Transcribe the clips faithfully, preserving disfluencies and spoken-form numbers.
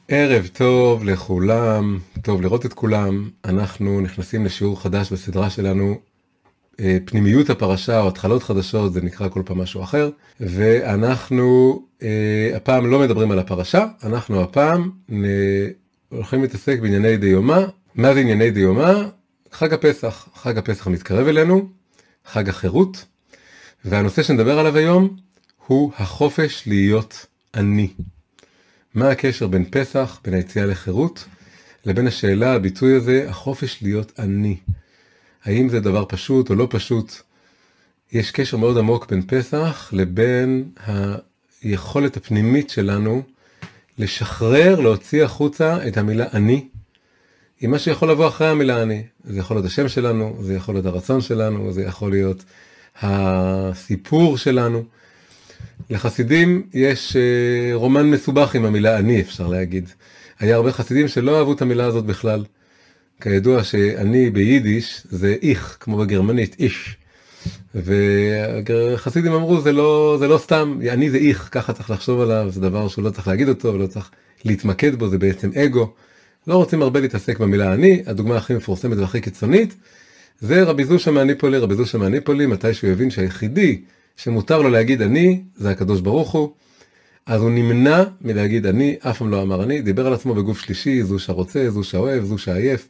ערב טוב לכולם, טוב לראות את כולם. אנחנו נכנסים לשיעור חדש בסדרה שלנו, פנימיות הפרשה או התחלות חדשות, זה נקרא כל פעם משהו אחר. ואנחנו הפעם לא מדברים על הפרשה, אנחנו הפעם הולכים להתעסק בענייני דיומא. מה זה ענייני דיומא? חג הפסח. חג הפסח מתקרב אלינו, חג החירות, והנושא שנדבר עליו היום הוא החופש להיות אני. מה הקשר בין פסח, בין היציאה לחירות, לבין השאלה, הביטוי הזה, החופש להיות אני? האם זה דבר פשוט או לא פשוט? יש קשר מאוד עמוק בין פסח לבין היכולת הפנימית שלנו לשחרר, להוציא החוצה את המילה אני, עם מה שיכול לבוא אחרי המילה אני. זה יכול להיות השם שלנו, זה יכול להיות הרצון שלנו, זה יכול להיות הסיפור שלנו. לחסידים יש רומן מסובך עם המילה אני, אפשר להגיד. היה הרבה חסידים שלא אהבו את המילה הזאת בכלל. כידוע שאני ביידיש זה איך, כמו בגרמנית, איש. וחסידים אמרו, זה לא, זה לא סתם, אני זה איך, ככה צריך לחשוב עליו, זה דבר שהוא לא צריך להגיד אותו, ולא צריך להתמקד בו, זה בעצם אגו. לא רוצים הרבה להתעסק במילה אני. הדוגמה הכי מפורסמת והכי קיצונית, זה רבי זושה מהניפולי. רבי זושה מהניפולי, מתי שהוא הבין שהיחידי שמותר לו להגיד אני, זה הקדוש ברוך הוא, אז הוא נמנע מלהגיד אני, אף פעם לא אמר אני, דיבר על עצמו בגוף שלישי, זו שרוצה, זו שאוהב, זו שעייף,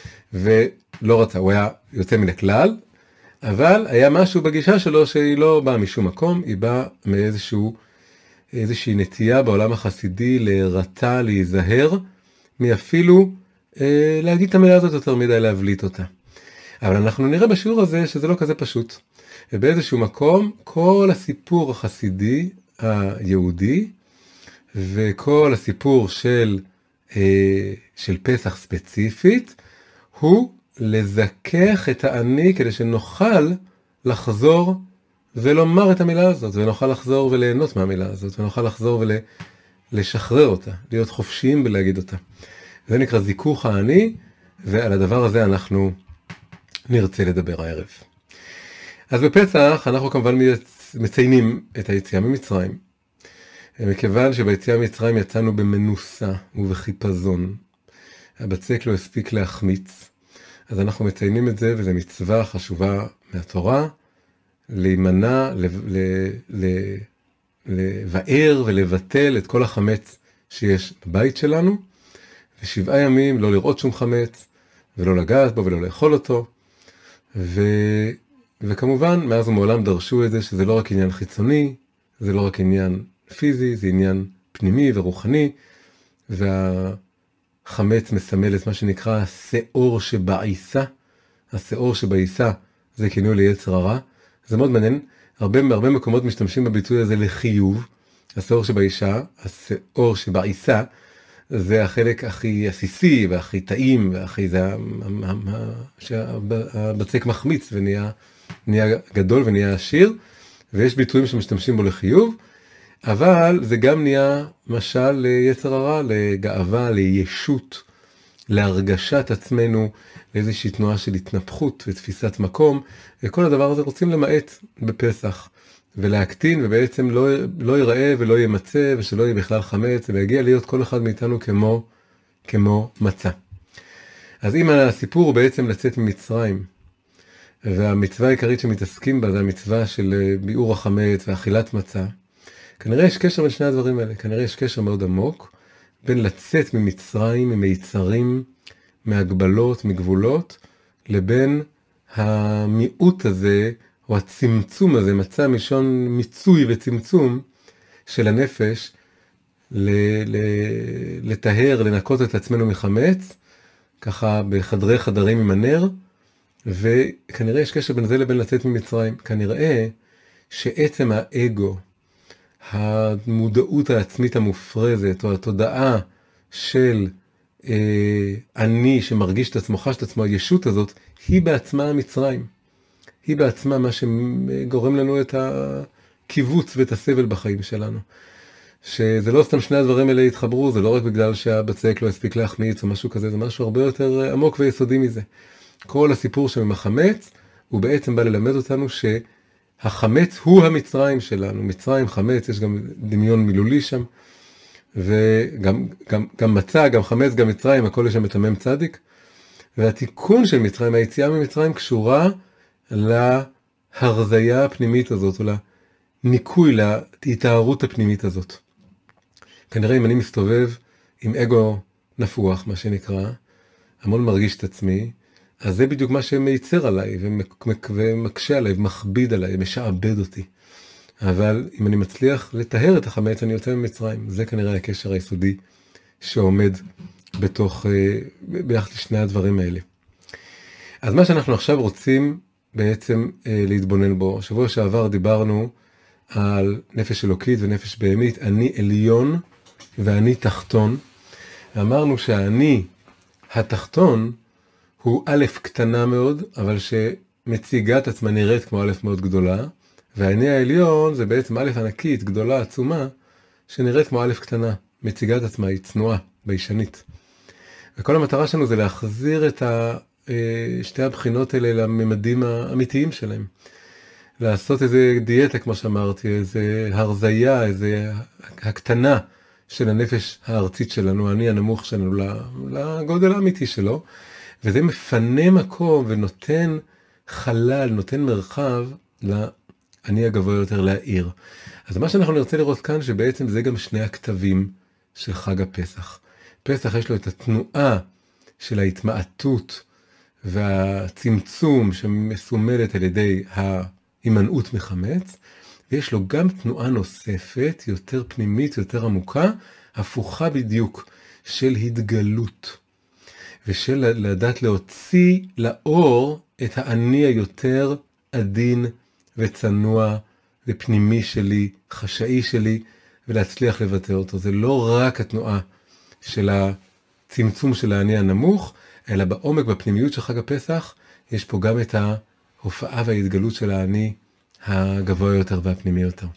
ולא רצה, הוא היה יוצא מן הכלל, אבל היה משהו בגישה שלו שהיא לא באה משום מקום, היא באה מאיזשהו, איזושהי נטייה בעולם החסידי להירתע, להיזהר, מאפילו אה, להגיד את המילה הזאת יותר מדי, להבליט אותה. אבל אנחנו נראה בשיעור הזה שזה לא כזה פשוט. ובאיזשהו מקום, כל הסיפור החסידי היהודי, וכל הסיפור של, אה, של פסח ספציפית, הוא לזכך את האני, כדי שנוכל לחזור ולומר את המילה הזאת, ונוכל לחזור וליהנות מהמילה הזאת, ונוכל לחזור ולשחרר אותה, להיות חופשיים בלהגיד אותה. זה נקרא זיכוך האני, ועל הדבר הזה אנחנו נרצה לדבר הערב. אז בפסח אנחנו כמובן מציינים את היציאה ממצרים, מכיוון שביציאה ממצרים יצאנו במנוסה ובחיפזון, הבצק לא הספיק להחמיץ, אז אנחנו מציינים את זה, וזה מצווה חשובה מהתורה, להימנע, לבאר ולבטל את כל החמץ שיש בבית שלנו, ושבעה ימים לא לראות שום חמץ, ולא לגעת בו ולא לאכול אותו, ו... וכמובן, מאז ומעולם דרשו את זה, שזה לא רק עניין חיצוני, זה לא רק עניין פיזי, זה עניין פנימי ורוחני, והחמץ מסמל את מה שנקרא השאור שבעיסה. השאור שבעיסה זה כינוי ליצר הרע. זה מאוד מעניין, הרבה, הרבה מקומות משתמשים בביטוי הזה לחיוב. השאור שבעישה, השאור שבעיסה, זה החלק הכי עסיסי והכי טעים, והכי זה שהבצק מחמיץ ונהיה נהיה גדול ונהיה עשיר, ויש ביטויים שמשתמשים בו לחיוב, אבל זה גם נהיה משל ליצר הרע, לגאווה, לישות, להרגשת עצמנו, לאיזושהי תנועה של התנפחות ותפיסת מקום, וכל הדבר הזה רוצים למעט בפסח, ולהקטין, ובעצם לא, לא ייראה ולא ימצא, ושלא יהיה בכלל חמץ, ויגיע להיות כל אחד מאיתנו כמו, כמו מצה. אז אם הסיפור הוא בעצם לצאת ממצרים, והמצווה העיקרית שמתעסקים בה זה המצווה של ביעור החמץ ואכילת מצה, כנראה יש קשר בין שני הדברים האלה, כנראה יש קשר מאוד עמוק, בין לצאת ממצרים, ממיצרים, מהגבלות, מגבולות, לבין המיעוט הזה, או הצמצום הזה, מצא משון מיצוי וצמצום של הנפש, לטהר, לנקות את עצמנו מחמץ, ככה בחדרי חדרים עם הנר, וכנראה יש קשר בין זה לבין לצאת ממצרים. כנראה שעצם האגו, המודעות העצמית המופרזת, או התודעה של אה, אני שמרגיש את עצמו, חש את עצמו, הישות הזאת, היא בעצמה המצרים. היא בעצמה מה שגורם לנו את הקיבוץ ואת הסבל בחיים שלנו. שזה לא סתם שני הדברים האלה התחברו, זה לא רק בגלל שהבצק לא הספיק להחמיץ או משהו כזה, זה משהו הרבה יותר עמוק ויסודי מזה. כל הסיפור שם עם החמץ, הוא בעצם בא ללמד אותנו שהחמץ הוא המצרים שלנו. מצרים, חמץ, יש גם דמיון מילולי שם, וגם גם, גם מצה, גם חמץ, גם מצרים, הכל יש שם מטמם צדיק. והתיקון של מצרים, היציאה ממצרים, קשורה להרזיה הפנימית הזאת, או לניקוי, להתארות הפנימית הזאת. כנראה אם אני מסתובב עם אגו נפוח, מה שנקרא, המון מרגיש את עצמי, אז זה בדיוק מה שמייצר עליי, ומק, ומקשה עליי, ומכביד עליי, משעבד אותי. אבל אם אני מצליח לטהר את החמץ, אני יוצא ממצרים. זה כנראה הקשר היסודי שעומד בתוך, ביחד לשני הדברים האלה. אז מה שאנחנו עכשיו רוצים בעצם להתבונן בו, שבוע שעבר דיברנו על נפש אלוקית ונפש בהמית, אני עליון ואני תחתון. ואמרנו שהאני התחתון הוא א' קטנה מאוד, אבל שמציגה את עצמה נראית כמו א' מאוד גדולה, והאני העליון זה בעצם א' ענקית, גדולה, עצומה, שנראית כמו א' קטנה, מציגה את עצמה, היא צנועה, ביישנית. וכל המטרה שלנו זה להחזיר את ה, שתי הבחינות האלה לממדים האמיתיים שלהם. לעשות איזה דיאטה, כמו שאמרתי, איזה הרזיה, איזה הקטנה של הנפש הארצית שלנו, האני הנמוך שלנו, לגודל האמיתי שלו, וזה מפנה מקום ונותן חלל, נותן מרחב לאני הגבוה יותר להעיר. אז מה שאנחנו נרצה לראות כאן, שבעצם זה גם שני הכתבים של חג הפסח. פסח יש לו את התנועה של ההתמעטות והצמצום שמסומלת על ידי ההימנעות מחמץ, ויש לו גם תנועה נוספת, יותר פנימית, יותר עמוקה, הפוכה בדיוק, של התגלות. ושל לדעת להוציא לאור את האני היותר עדין וצנוע ופנימי שלי, חשאי שלי, ולהצליח לבטא אותו. זה לא רק התנועה של הצמצום של האני הנמוך, אלא בעומק, בפנימיות של חג הפסח, יש פה גם את ההופעה וההתגלות של האני הגבוה יותר והפנימי יותר.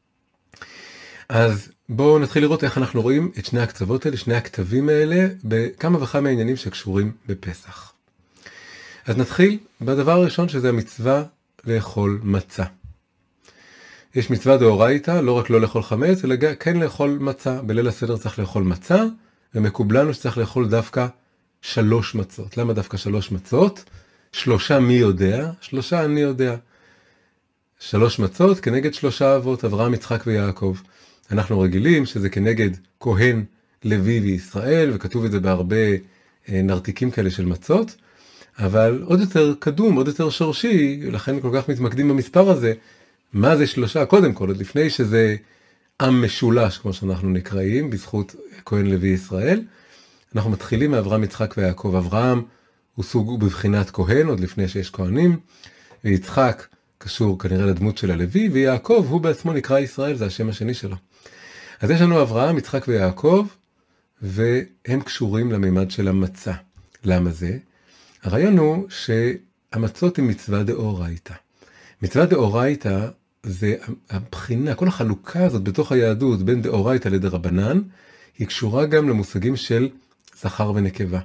אז בואו נתחיל לראות איך אנחנו רואים את שני הקצוות האלה, שני הכתבים האלה, בכמה וכמה עניינים שקשורים בפסח. אז נתחיל בדבר הראשון, שזה המצווה לאכול מצה. יש מצווה דאורייתא, לא רק לא לאכול חמץ, אלא כן לאכול מצה. בליל הסדר צריך לאכול מצה, ומקובלנו שצריך לאכול דווקא שלוש מצות. למה דווקא שלוש מצות? שלושה מי יודע? שלושה אני יודע. שלוש מצות כנגד שלושה אבות, אברהם, יצחק ויעקב. אנחנו רגילים שזה כנגד כהן, לוי וישראל, וכתוב את זה בהרבה נרתיקים כאלה של מצות, אבל עוד יותר קדום, עוד יותר שורשי, לכן כל כך מתמקדים במספר הזה. מה זה שלושה? קודם כל, עוד לפני שזה עם משולש, כמו שאנחנו נקראים, בזכות כהן לוי ישראל, אנחנו מתחילים מאברהם, יצחק ויעקב. אברהם הוא סוג בבחינת כהן, עוד לפני שיש כהנים, ויצחק קשור כנראה לדמות של הלוי, ויעקב הוא בעצמו נקרא ישראל, זה השם השני שלו. אז יש לנו אברהם, יצחק ויעקב, והם קשורים למימד של המצה. למה זה? הרעיון הוא שהמצות היא מצווה דאורייתא. מצווה דאורייתא זה הבחינה, כל החלוקה הזאת בתוך היהדות בין דאורייתא לדרבנן, היא קשורה גם למושגים של זכר ונקבה.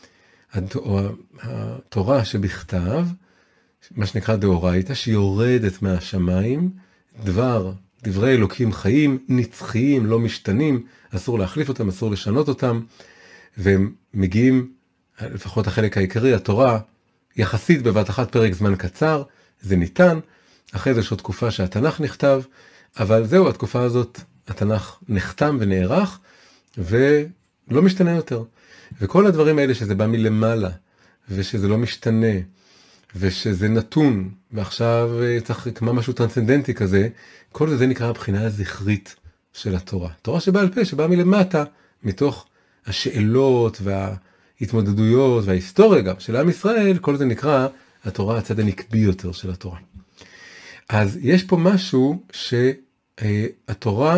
התורה שבכתב, מה שנקרא דאורייתא, שיורדת מהשמיים, דבר, דברי אלוקים חיים, נצחיים, לא משתנים, אסור להחליף אותם, אסור לשנות אותם, והם מגיעים, לפחות החלק העיקרי, התורה, יחסית בבת אחת פרק זמן קצר, זה ניתן, אחרי זה יש עוד תקופה שהתנ"ך נכתב, אבל זהו, התקופה הזאת, התנ"ך נחתם ונערך, ולא משתנה יותר. וכל הדברים האלה שזה בא מלמעלה, ושזה לא משתנה, ושזה נתון, ועכשיו צריך כמה משהו טרנסצנדנטי כזה, כל זה נקרא הבחינה הזכרית של התורה. תורה שבאה על פה, שבאה מלמטה, מתוך השאלות וההתמודדויות וההיסטוריה גם של עם ישראל, כל זה נקרא התורה, הצד הנקבי יותר של התורה. אז יש פה משהו שהתורה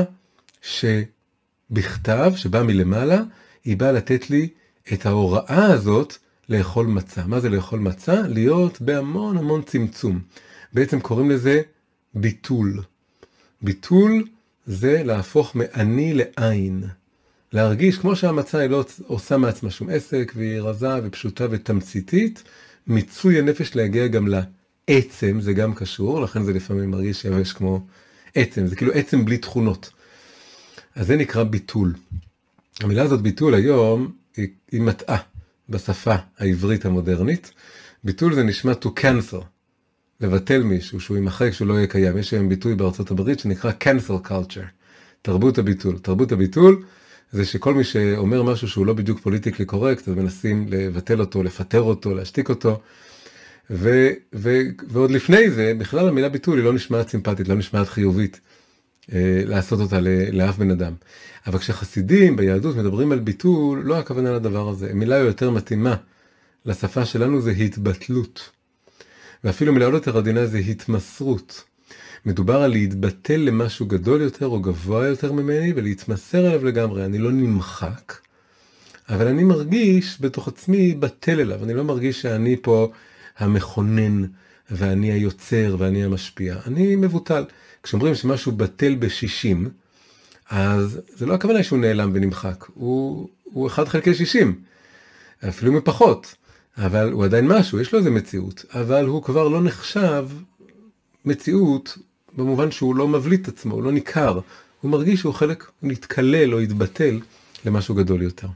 שבכתב, שבאה מלמעלה, היא באה לתת לי את ההוראה הזאת לאכול מצה. מה זה לאכול מצה? להיות בהמון המון צמצום. בעצם קוראים לזה ביטול. ביטול זה להפוך מעני לעין. להרגיש כמו שהמצה היא לא עושה מעצמה שום עסק, והיא רזה ופשוטה ותמציתית, מיצוי הנפש להגיע גם לעצם, זה גם קשור, לכן זה לפעמים מרגיש שיבש כמו עצם, זה כאילו עצם בלי תכונות. אז זה נקרא ביטול. המילה הזאת ביטול היום היא, היא מטעה בשפה העברית המודרנית. ביטול זה נשמע to cancel, לבטל מישהו, שהוא יימחק, שהוא לא יהיה קיים. יש היום ביטוי בארצות הברית שנקרא cancel culture, תרבות הביטול. תרבות הביטול זה שכל מי שאומר משהו שהוא לא בדיוק פוליטיקלי קורקט, אז מנסים לבטל אותו, לפטר אותו, להשתיק אותו. ו, ו, ועוד לפני זה, בכלל המילה ביטול היא לא נשמעת סימפטית, לא נשמעת חיובית, אה, לעשות אותה לאף בן אדם. אבל כשחסידים ביהדות מדברים על ביטול, לא הכוונה לדבר הזה. מילה יותר מתאימה לשפה שלנו זה התבטלות. ואפילו מילה עוד יותר עדינה זה התמסרות. מדובר על להתבטל למשהו גדול יותר או גבוה יותר ממני, ולהתמסר אליו לגמרי. אני לא נמחק, אבל אני מרגיש בתוך עצמי בטל אליו. אני לא מרגיש שאני פה המכונן, ואני היוצר, ואני המשפיע. אני מבוטל. כשאומרים שמשהו בטל בשישים, אז זה לא הכוונה שהוא נעלם ונמחק. הוא, הוא אחד חלקי שישים. אפילו מפחות. אבל הוא עדיין משהו, יש לו איזה מציאות. אבל הוא כבר לא נחשב מציאות, במובן שהוא לא מבליט עצמו, הוא לא ניכר. הוא מרגיש שהוא חלק, הוא נתקלל או יתבטל למשהו גדול יותר.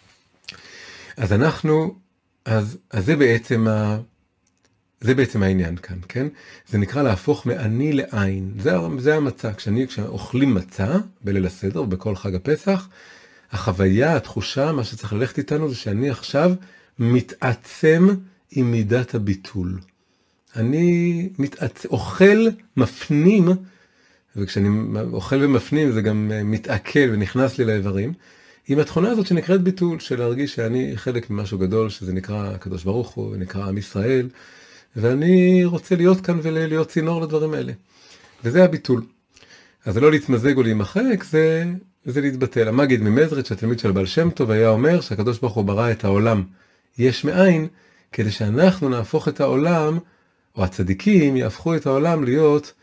אז אנחנו, אז, אז זה בעצם ה... זה בעצם העניין כאן, כן? זה נקרא להפוך מעני לעין. זה, זה המצע. כשאני, כשאוכלים מצע בליל הסדר ובכל חג הפסח, החוויה, התחושה, מה שצריך ללכת איתנו זה שאני עכשיו מתעצם עם מידת הביטול. אני מתעצ... אוכל, מפנים, וכשאני אוכל ומפנים זה גם מתעכל ונכנס לי לאיברים, עם התכונה הזאת שנקראת ביטול, של להרגיש שאני חלק ממשהו גדול, שזה נקרא הקדוש ברוך הוא, ונקרא עם ישראל, ואני רוצה להיות כאן ולהיות צינור לדברים האלה. וזה הביטול. אז זה לא להתמזג או להימחק, זה, זה להתבטל. המגיד ממזריץ', שהתלמיד של בעל שם טוב, היה אומר שהקדוש ברוך הוא ברא את העולם יש מאין, כדי שאנחנו נהפוך את העולם, או הצדיקים יהפכו את העולם להיות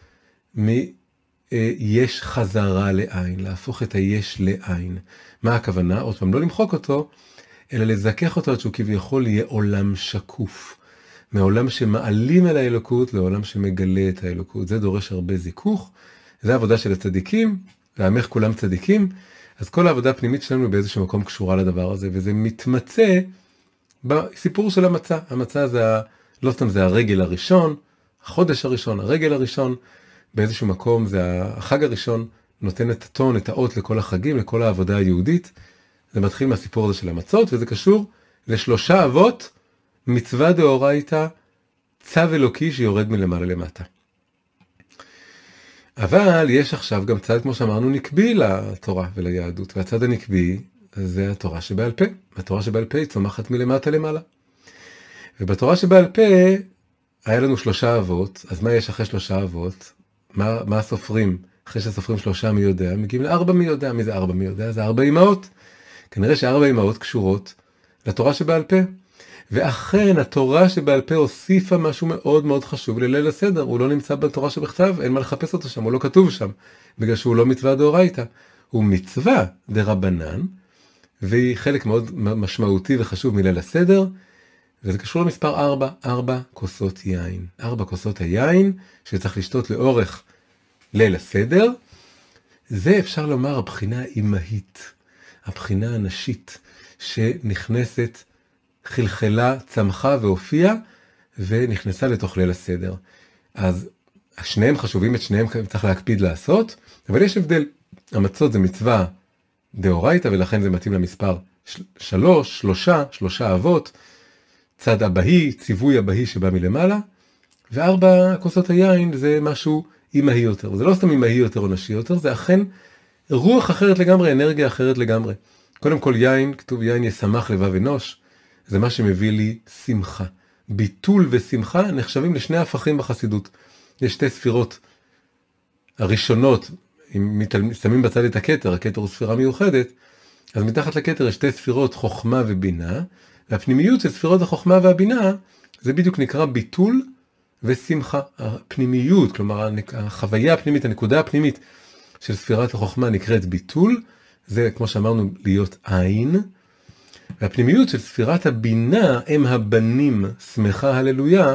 מיש חזרה לעין, להפוך את היש לעין. מה הכוונה? עוד פעם, לא למחוק אותו, אלא לזכך אותו עד שהוא כביכול יהיה עולם שקוף. מעולם שמעלים אל האלוקות לעולם שמגלה את האלוקות. זה דורש הרבה זיכוך, זה העבודה של הצדיקים, ועמך כולם צדיקים, אז כל העבודה הפנימית שלנו באיזשהו מקום קשורה לדבר הזה, וזה מתמצא בסיפור של המצע. המצע זה, לא סתם זה הרגל הראשון, החודש הראשון, הרגל הראשון, באיזשהו מקום זה החג הראשון, נותן את הטון, את האות לכל החגים, לכל העבודה היהודית. זה מתחיל מהסיפור הזה של המצות, וזה קשור לשלושה אבות, מצווה דאורייתא, צו אלוקי שיורד מלמעלה למטה. אבל יש עכשיו גם צד, כמו שאמרנו, נקבי לתורה וליהדות, והצד הנקבי זה התורה שבעל פה. התורה שבעל פה היא צומחת מלמטה למעלה. ובתורה שבעל פה היה לנו שלושה אבות, אז מה יש אחרי שלושה אבות? מה, מה הסופרים? אחרי שהסופרים שלושה מי יודע, מגיעים לארבע מי יודע. מי זה ארבע מי יודע? זה ארבע אמהות. כנראה שארבע אמהות קשורות לתורה שבעל פה. ואכן התורה שבעל פה הוסיפה משהו מאוד מאוד חשוב לליל הסדר. הוא לא נמצא בתורה שבכתב, אין מה לחפש אותו שם, הוא לא כתוב שם, בגלל שהוא לא מצווה דאורייתא. הוא מצווה דרבנן, והיא חלק מאוד משמעותי וחשוב מליל הסדר, וזה קשור למספר ארבע, ארבע כוסות יין. ארבע כוסות היין שצריך לשתות לאורך ליל הסדר, זה אפשר לומר הבחינה האימהית, הבחינה הנשית, שנכנסת, חלחלה, צמחה והופיעה, ונכנסה לתוך ליל הסדר. אז השניהם חשובים, את שניהם צריך להקפיד לעשות, אבל יש הבדל. המצות זה מצווה דאורייתא, ולכן זה מתאים למספר שלוש, שלושה, שלושה אבות, צד אבהי, ציווי אבהי שבא מלמעלה, וארבע כוסות היין זה משהו אימהי יותר. זה לא סתם אימהי יותר או נשי יותר, זה אכן רוח אחרת לגמרי, אנרגיה אחרת לגמרי. קודם כל יין, כתוב יין ישמח לבב אנוש, זה מה שמביא לי שמחה. ביטול ושמחה נחשבים לשני הפכים בחסידות. יש שתי ספירות הראשונות, אם שמים בצד את הכתר, הכתר הוא ספירה מיוחדת, אז מתחת לכתר יש שתי ספירות חוכמה ובינה, והפנימיות של ספירות החוכמה והבינה, זה בדיוק נקרא ביטול ושמחה. הפנימיות, כלומר החוויה הפנימית, הנקודה הפנימית של ספירת החוכמה נקראת ביטול, זה כמו שאמרנו להיות עין, והפנימיות של ספירת הבינה, הם הבנים, שמחה הללויה,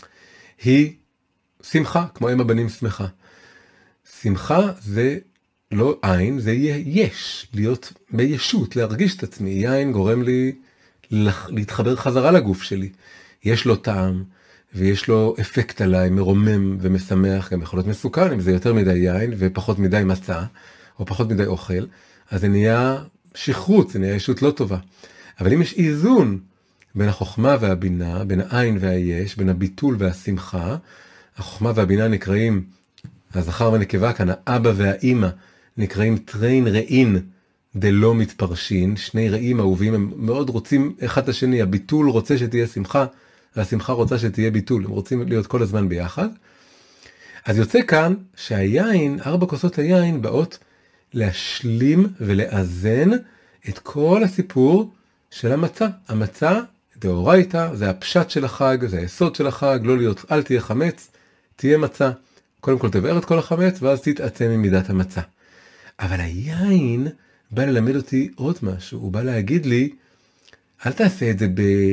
היא שמחה, כמו הם הבנים שמחה. שמחה זה לא עין, זה יהיה יש, להיות בישות, להרגיש את עצמי. יין גורם לי להתחבר חזרה לגוף שלי. יש לו טעם, ויש לו אפקט עליי, מרומם ומשמח, גם יכול להיות מסוכן, אם זה יותר מדי יין ופחות מדי מצה, או פחות מדי אוכל, אז זה נהיה שכרות, זה נהיה ישות לא טובה. אבל אם יש איזון בין החוכמה והבינה, בין העין והיש, בין הביטול והשמחה, החוכמה והבינה נקראים, הזכר והנקבה כאן, האבא והאימא, נקראים טריין רעין דלא מתפרשין, שני רעים אהובים, הם מאוד רוצים אחד את השני, הביטול רוצה שתהיה שמחה, והשמחה רוצה שתהיה ביטול, הם רוצים להיות כל הזמן ביחד. אז יוצא כאן שהיין, ארבע כוסות היין באות להשלים ולאזן את כל הסיפור של המצה. המצה, דאורייתא, זה הפשט של החג, זה היסוד של החג, לא להיות, אל תהיה חמץ, תהיה מצה. קודם כל תבער את כל החמץ, ואז תתעצם ממידת המצה. אבל היין בא ללמד אותי עוד משהו, הוא בא להגיד לי, אל תעשה את זה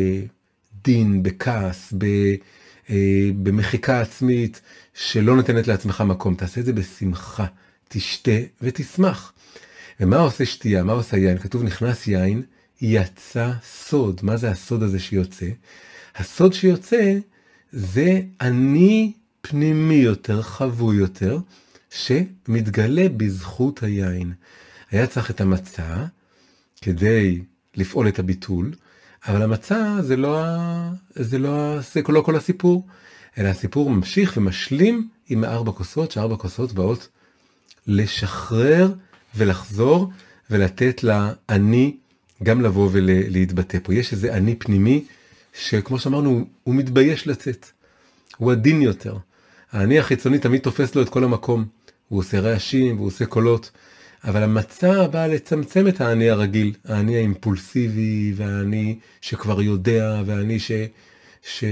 בדין, בכעס, ב, אה, במחיקה עצמית, שלא נותנת לעצמך מקום, תעשה את זה בשמחה, תשתה ותשמח. ומה עושה שתייה? מה עושה יין? כתוב נכנס יין, יצא סוד. מה זה הסוד הזה שיוצא? הסוד שיוצא זה אני פנימי יותר, חבוי יותר, שמתגלה בזכות היין. היה צריך את המצה כדי לפעול את הביטול, אבל המצה זה לא, זה לא, זה לא כל הסיפור, אלא הסיפור ממשיך ומשלים עם הארבע כוסות, שהארבע כוסות באות לשחרר ולחזור ולתת לאני גם לבוא ולהתבטא פה. יש איזה אני פנימי שכמו שאמרנו, הוא מתבייש לצאת. הוא עדין יותר. האני החיצוני תמיד תופס לו את כל המקום. הוא עושה רעשים והוא עושה קולות. אבל המצה באה לצמצם את האני הרגיל. האני האימפולסיבי והאני שכבר יודע והאני ש... ש...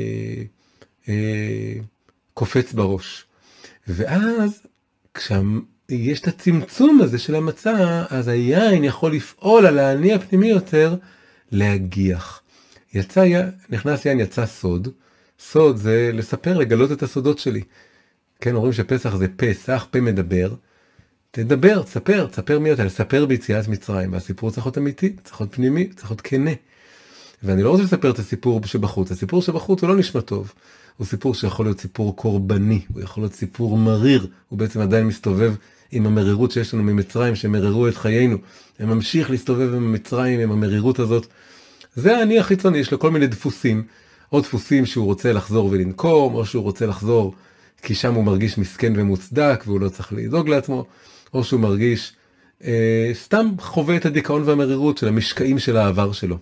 אה... קופץ בראש. ואז כשיש את הצמצום הזה של המצה, אז היין יכול לפעול על האני הפנימי יותר להגיח. יצא, נכנס יין, יצא סוד. סוד זה לספר, לגלות את הסודות שלי. כן, אומרים שפסח זה פסח, פה מדבר. תדבר, תספר, תספר מי אתה, לספר ביציאת מצרים. והסיפור צריך להיות אמיתי, צריך להיות פנימי, צריך להיות כנה. ואני לא רוצה לספר את הסיפור שבחוץ. הסיפור שבחוץ הוא לא נשמע טוב. הוא סיפור שיכול להיות סיפור קורבני, הוא יכול להיות סיפור מריר. הוא בעצם עדיין מסתובב עם המרירות שיש לנו ממצרים, שמררו את חיינו. הם ממשיך להסתובב עם המצרים, עם המרירות הזאת. זה האני החיצוני, יש לו כל מיני דפוסים. או דפוסים שהוא רוצה לחזור ולנקום, או שהוא רוצה לחזור כי שם הוא מרגיש מסכן ומוצדק, והוא לא צריך לדאוג לעצמו, או שהוא מרגיש אה, סתם חווה את הדיכאון והמרירות של המשקעים של העבר שלו.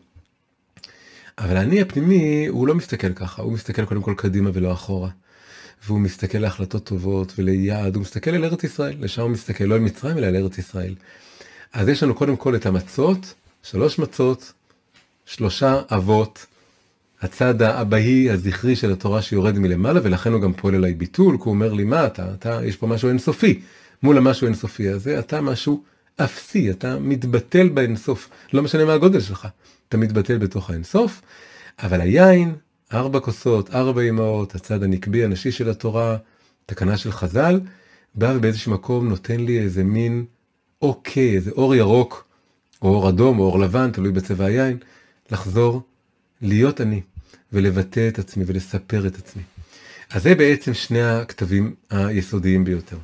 אבל האני הפנימי, הוא לא מסתכל ככה, הוא מסתכל קודם כל קדימה ולא אחורה. והוא מסתכל להחלטות טובות וליעד, הוא מסתכל אל ארץ ישראל, לשם הוא מסתכל לא על מצרים אלא על ארץ ישראל. אז יש לנו קודם כל את המצות, שלוש מצות, שלושה אבות, הצד האבהי הזכרי של התורה שיורד מלמעלה, ולכן הוא גם פועל אליי ביטול, כי הוא אומר לי, מה אתה, אתה, יש פה משהו אינסופי, מול המשהו אינסופי הזה, אתה משהו אפסי, אתה מתבטל באינסוף, לא משנה מה הגודל שלך, אתה מתבטל בתוך האינסוף, אבל היין, ארבע כוסות, ארבע אמהות, הצד הנקבי, הנשי של התורה, תקנה של חז"ל, בא ובאיזשהו מקום נותן לי איזה מין אוקיי, איזה אור ירוק, או אור אדום, או אור לבן, תלוי בצבע היין, לחזור, להיות אני, ולבטא את עצמי, ולספר את עצמי. אז זה בעצם שני הכתבים היסודיים ביותר.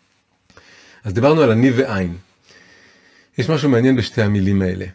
אז דיברנו על אני ועין. יש משהו מעניין בשתי המילים האלה.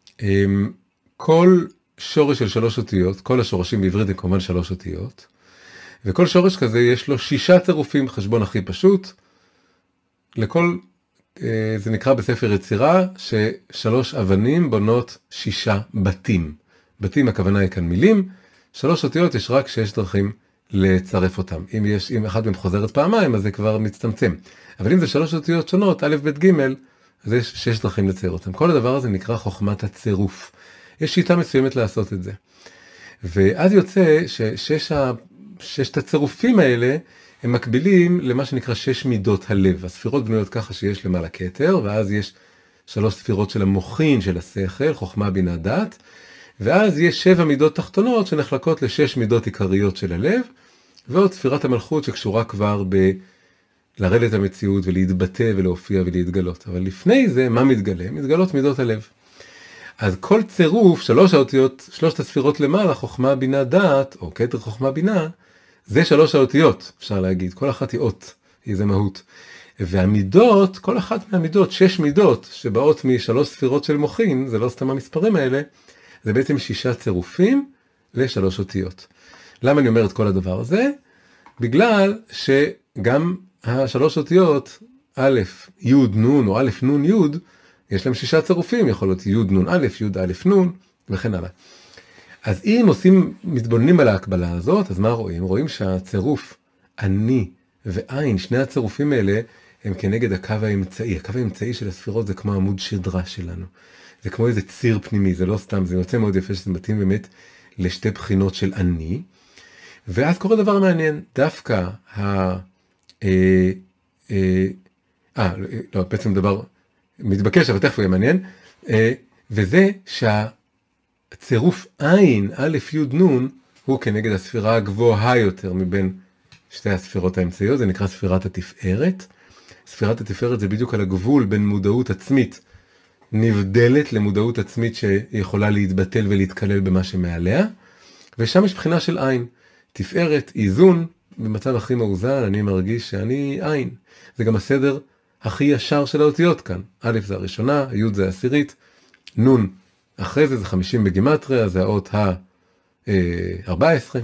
כל שורש של שלוש אותיות, כל השורשים בעברית הם כמובן שלוש אותיות, וכל שורש כזה יש לו שישה צירופים, חשבון הכי פשוט, לכל, זה נקרא בספר יצירה, ששלוש אבנים בונות שישה בתים. בתים הכוונה היא כאן מילים, שלוש אותיות יש רק שש דרכים לצרף אותם. אם יש, אם אחת מהם חוזרת פעמיים, אז זה כבר מצטמצם. אבל אם זה שלוש אותיות שונות, א', ב', ג', אז יש שש דרכים לצייר אותם. כל הדבר הזה נקרא חוכמת הצירוף. יש שיטה מסוימת לעשות את זה. ואז יוצא ששש ה... ששת הצירופים האלה, הם מקבילים למה שנקרא שש מידות הלב. הספירות בנויות ככה שיש למעלה כתר, ואז יש שלוש ספירות של המוחין, של השכל, חוכמה, בינה, דעת, ואז יש שבע מידות תחתונות שנחלקות לשש מידות עיקריות של הלב, ועוד ספירת המלכות שקשורה כבר לרדת למציאות ולהתבטא ולהופיע ולהתגלות. אבל לפני זה, מה מתגלה? מתגלות מידות הלב. אז כל צירוף, שלוש האותיות, שלושת הספירות למעלה, חוכמה, בינה, דעת, או כתר חוכמה, בינה, זה שלוש האותיות, אפשר להגיד. כל אחת היא אות, היא זה מהות. והמידות, כל אחת מהמידות, שש מידות, שבאות משלוש ספירות של מוחין, זה לא סתם המספרים האלה, זה בעצם שישה צירופים לשלוש אותיות. למה אני אומר את כל הדבר הזה? בגלל שגם השלוש אותיות, א', י', נ', או א', נ', י', יש להם שישה צירופים, יכול להיות י', נ', א', י', א', נ', וכן הלאה. אז אם עושים, מתבוננים על ההקבלה הזאת, אז מה רואים? רואים שהצירוף אני ועין, שני הצירופים האלה, הם כנגד הקו האמצעי. הקו האמצעי של הספירות זה כמו עמוד שדרה שלנו. זה כמו איזה ציר פנימי, זה לא סתם, זה יוצא מאוד יפה שזה מתאים באמת לשתי בחינות של אני. ואז קורה דבר מעניין, דווקא ה... אה, אה, אה, לא, בעצם דבר מתבקש, אבל תכף הוא יהיה מעניין, אה, וזה שהצירוף עין, א', י', נ', הוא כנגד הספירה הגבוהה יותר מבין שתי הספירות האמצעיות, זה נקרא ספירת התפארת. ספירת התפארת זה בדיוק על הגבול בין מודעות עצמית נבדלת למודעות עצמית שיכולה להתבטל ולהתקלל במה שמעליה, ושם יש בחינה של עין. תפארת, איזון, במצב הכי מאוזן אני מרגיש שאני עין. זה גם הסדר הכי ישר של האותיות כאן. א' זה הראשונה, י' זה העשירית, נ' אחרי זה זה חמישים בגימטריה, זה האות ה-ארבע עשרה.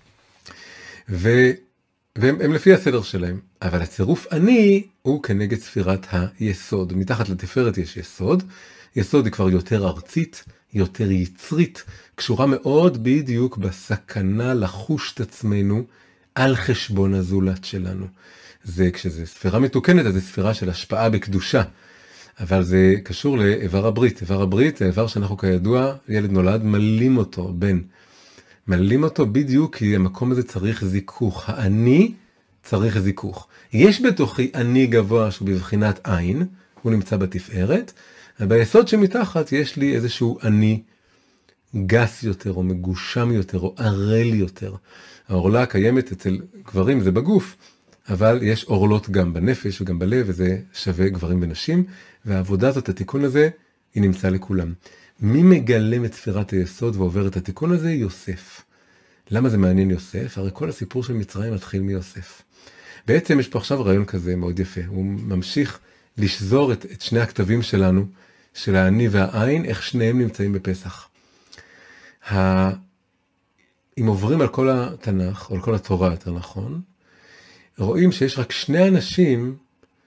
ו... והם הם לפי הסדר שלהם. אבל הצירוף אני הוא כנגד ספירת היסוד. מתחת לתפארת יש יסוד. יסוד היא כבר יותר ארצית, יותר יצרית, קשורה מאוד בדיוק בסכנה לחוש את עצמנו על חשבון הזולת שלנו. זה כשזה ספירה מתוקנת, אז זה ספירה של השפעה בקדושה. אבל זה קשור לאיבר הברית. איבר הברית זה איבר שאנחנו כידוע, ילד נולד, מלאים אותו, בן. מלאים אותו בדיוק כי המקום הזה צריך זיכוך. האני צריך זיכוך. יש בתוכי אני גבוה שהוא בבחינת עין, הוא נמצא בתפארת, וביסוד שמתחת יש לי איזשהו אני גס יותר או מגושם יותר או ערל יותר. העורלה הקיימת אצל גברים זה בגוף, אבל יש עורלות גם בנפש וגם בלב, וזה שווה גברים ונשים, והעבודה הזאת, התיקון הזה, היא נמצא לכולם. מי מגלם את ספירת היסוד ועובר את התיקון הזה? יוסף. למה זה מעניין יוסף? הרי כל הסיפור של מצרים מתחיל מיוסף. בעצם יש פה עכשיו רעיון כזה מאוד יפה. הוא ממשיך לשזור את, את שני הכתבים שלנו, של האני והעין, איך שניהם נמצאים בפסח. ה... אם עוברים על כל התנ"ך, או על כל התורה יותר נכון, רואים שיש רק שני אנשים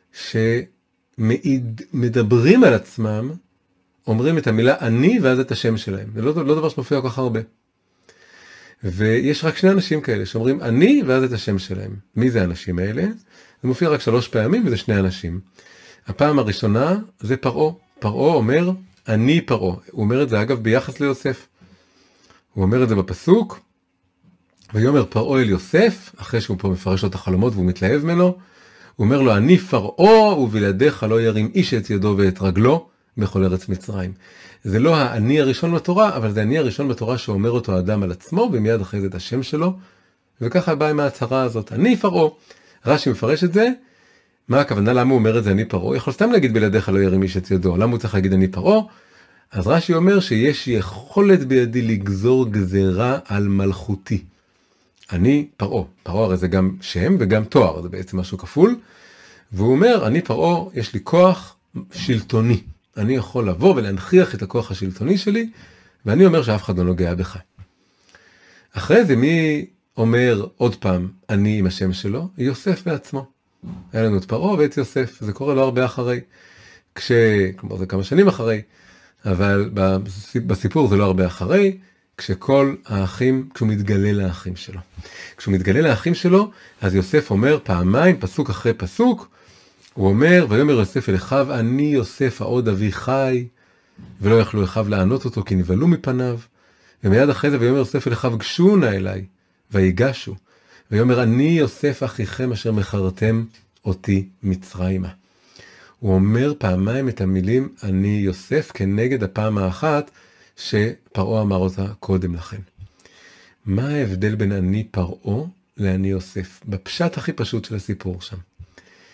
שמדברים על עצמם, אומרים את המילה אני ואז את השם שלהם. זה לא, לא דבר שמופיע כל כך הרבה. ויש רק שני אנשים כאלה שאומרים אני ואז את השם שלהם. מי זה האנשים האלה? זה מופיע רק שלוש פעמים וזה שני אנשים. הפעם הראשונה זה פרעה. פרעה אומר אני פרעה. הוא אומר את זה אגב ביחס ליוסף. הוא אומר את זה בפסוק. ויאמר פרעה אל יוסף, אחרי שהוא פה מפרש לו את החלומות והוא מתלהב ממנו, הוא אומר לו אני פרעה ובלעדיך לא ירים איש את ידו ואת רגלו בכל ארץ מצרים. זה לא האני הראשון בתורה, אבל זה האני הראשון בתורה שאומר אותו האדם על עצמו, ומיד אחרי זה את השם שלו, וככה בא עם ההצהרה הזאת, אני פרעה. רש"י מפרש את זה, מה הכוונה, למה הוא אומר את זה אני פרעה? יכול סתם להגיד בלעדיך לא ירים איש את ידו, למה הוא צריך להגיד אני פרעה? אז רש"י אומר שיש יכולת בידי לגזור גזרה על מלכותי. אני פרעה, פרעה הרי זה גם שם וגם תואר, זה בעצם משהו כפול, והוא אומר אני פרעה, יש לי כוח שלטוני. אני יכול לבוא ולהנכיח את הכוח השלטוני שלי, ואני אומר שאף אחד לא נוגע בך. אחרי זה מי אומר עוד פעם אני עם השם שלו? יוסף בעצמו. היה לנו את פרעה ואת יוסף, זה קורה לא הרבה אחרי, כש... כלומר זה כמה שנים אחרי, אבל בסיפור זה לא הרבה אחרי, כשכל האחים, כשהוא מתגלה לאחים שלו. כשהוא מתגלה לאחים שלו, אז יוסף אומר פעמיים, פסוק אחרי פסוק, הוא אומר, ויאמר יוסף אל אחיו, אני יוסף העוד אבי חי, ולא יכלו אחיו לענות אותו, כי נבהלו מפניו. ומיד אחרי זה, ויאמר יוסף אל אחיו, גשו נא אליי, ויגשו. ויאמר, אני יוסף אחיכם, אשר מכרתם אותי מצרימה. הוא אומר פעמיים את המילים, אני יוסף, כנגד הפעם האחת, שפרעה אמר אותה קודם לכן. מה ההבדל בין אני פרעה לאני יוסף? בפשט הכי פשוט של הסיפור שם.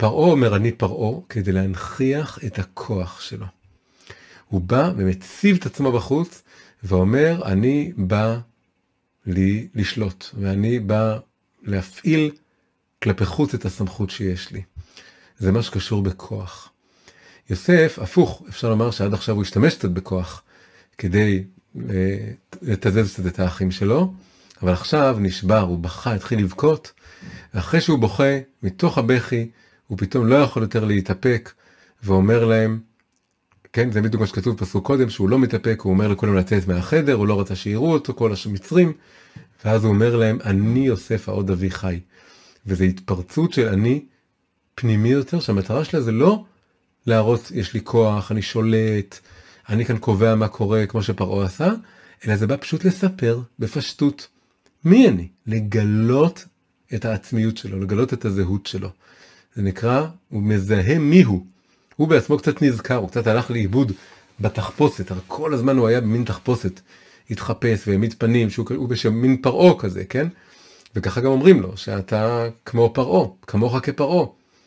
פרעה אומר אני פרעה כדי להנכיח את הכוח שלו. הוא בא ומציב את עצמו בחוץ ואומר אני בא לי לשלוט ואני בא להפעיל כלפי חוץ את הסמכות שיש לי. זה מה שקשור בכוח. יוסף, הפוך, אפשר לומר שעד עכשיו הוא השתמש קצת בכוח כדי לתזז קצת את האחים שלו, אבל עכשיו נשבר, הוא בכה, התחיל לבכות, ואחרי שהוא בוכה, מתוך הבכי, הוא פתאום לא יכול יותר להתאפק, ואומר להם, כן, זה בדיוק מה שכתוב פסוק קודם, שהוא לא מתאפק, הוא אומר לכולם לצאת מהחדר, הוא לא רצה שיראו אותו, כל המצרים, ואז הוא אומר להם, אני יוסף העוד אבי חי. וזו התפרצות של אני פנימי יותר, שהמטרה שלה זה לא להראות, יש לי כוח, אני שולט, אני כאן קובע מה קורה, כמו שפרעה עשה, אלא זה בא פשוט לספר בפשטות. מי אני? לגלות את העצמיות שלו, לגלות את הזהות שלו. זה נקרא, הוא מזהה מי הוא. הוא בעצמו קצת נזכר, הוא קצת הלך לאיבוד בתחפושת, אבל כל הזמן הוא היה במין תחפושת, התחפש והעמיד פנים, שהוא בשמין פרעה כזה, כן? וככה גם אומרים לו, שאתה כמו פרעה, כמוך כפרעה.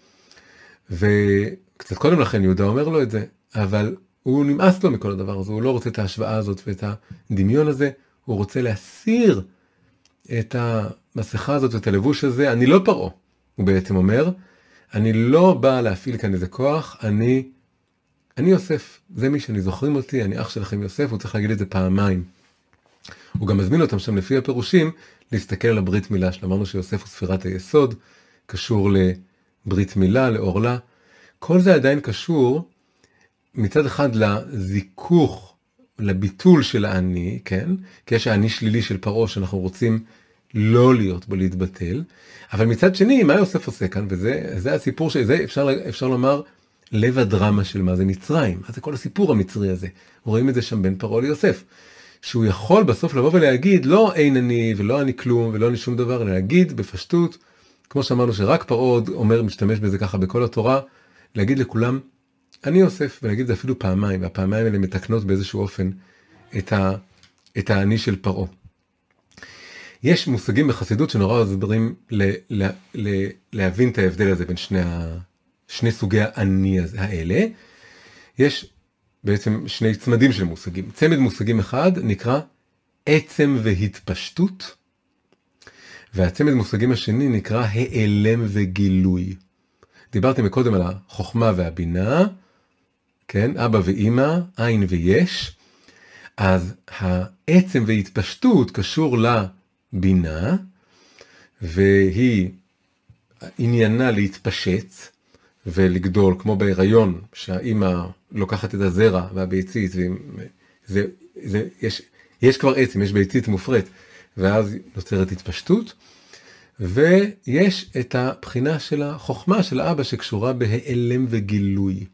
וקצת קודם לכן יהודה אומר לו את זה, אבל הוא נמאס לו מכל הדבר הזה, הוא לא רוצה את ההשוואה הזאת ואת הדמיון הזה, הוא רוצה להסיר את המסכה הזאת ואת הלבוש הזה, אני לא פרעה, הוא בעצם אומר, אני לא בא להפעיל כאן איזה כוח, אני, אני יוסף, זה מי שאני זוכרים אותי, אני אח שלכם יוסף, הוא צריך להגיד את זה פעמיים. הוא גם מזמין אותם שם לפי הפירושים, להסתכל על הברית מילה, שאמרנו שיוסף הוא ספירת היסוד, קשור לברית מילה, לאורלה, כל זה עדיין קשור, מצד אחד לזיכוך, לביטול של האני, כן? כי יש האני שלילי של פרעה שאנחנו רוצים לא להיות בו להתבטל, אבל מצד שני, מה יוסף עושה כאן? וזה זה הסיפור שזה אפשר, אפשר לומר לב הדרמה של מה זה מצרים. מה זה כל הסיפור המצרי הזה? רואים את זה שם בין פרעה ליוסף. שהוא יכול בסוף לבוא ולהגיד, לא אין אני ולא אני כלום ולא אני שום דבר, אלא להגיד בפשטות, כמו שאמרנו שרק פרעה אומר, משתמש בזה ככה בכל התורה, להגיד לכולם, אני יוסף, ולהגיד זה אפילו פעמיים, והפעמיים האלה מתקנות באיזשהו אופן את, ה, את האני של פרעה. יש מושגים בחסידות שנורא עוזרים ל, ל, ל, להבין את ההבדל הזה בין שני, ה, שני סוגי האני האלה. יש בעצם שני צמדים של מושגים. צמד מושגים אחד נקרא עצם והתפשטות, והצמד מושגים השני נקרא העלם וגילוי. דיברתי מקודם על החוכמה והבינה, כן, אבא ואמא, עין ויש, אז העצם והתפשטות קשור לבינה, והיא עניינה להתפשט ולגדול, כמו בהיריון, שהאמא לוקחת את הזרע והביצית, וזה, זה, יש, יש כבר עצם, יש ביצית מופרט, ואז נוצרת התפשטות, ויש את הבחינה של החוכמה של האבא שקשורה בהיעלם וגילוי.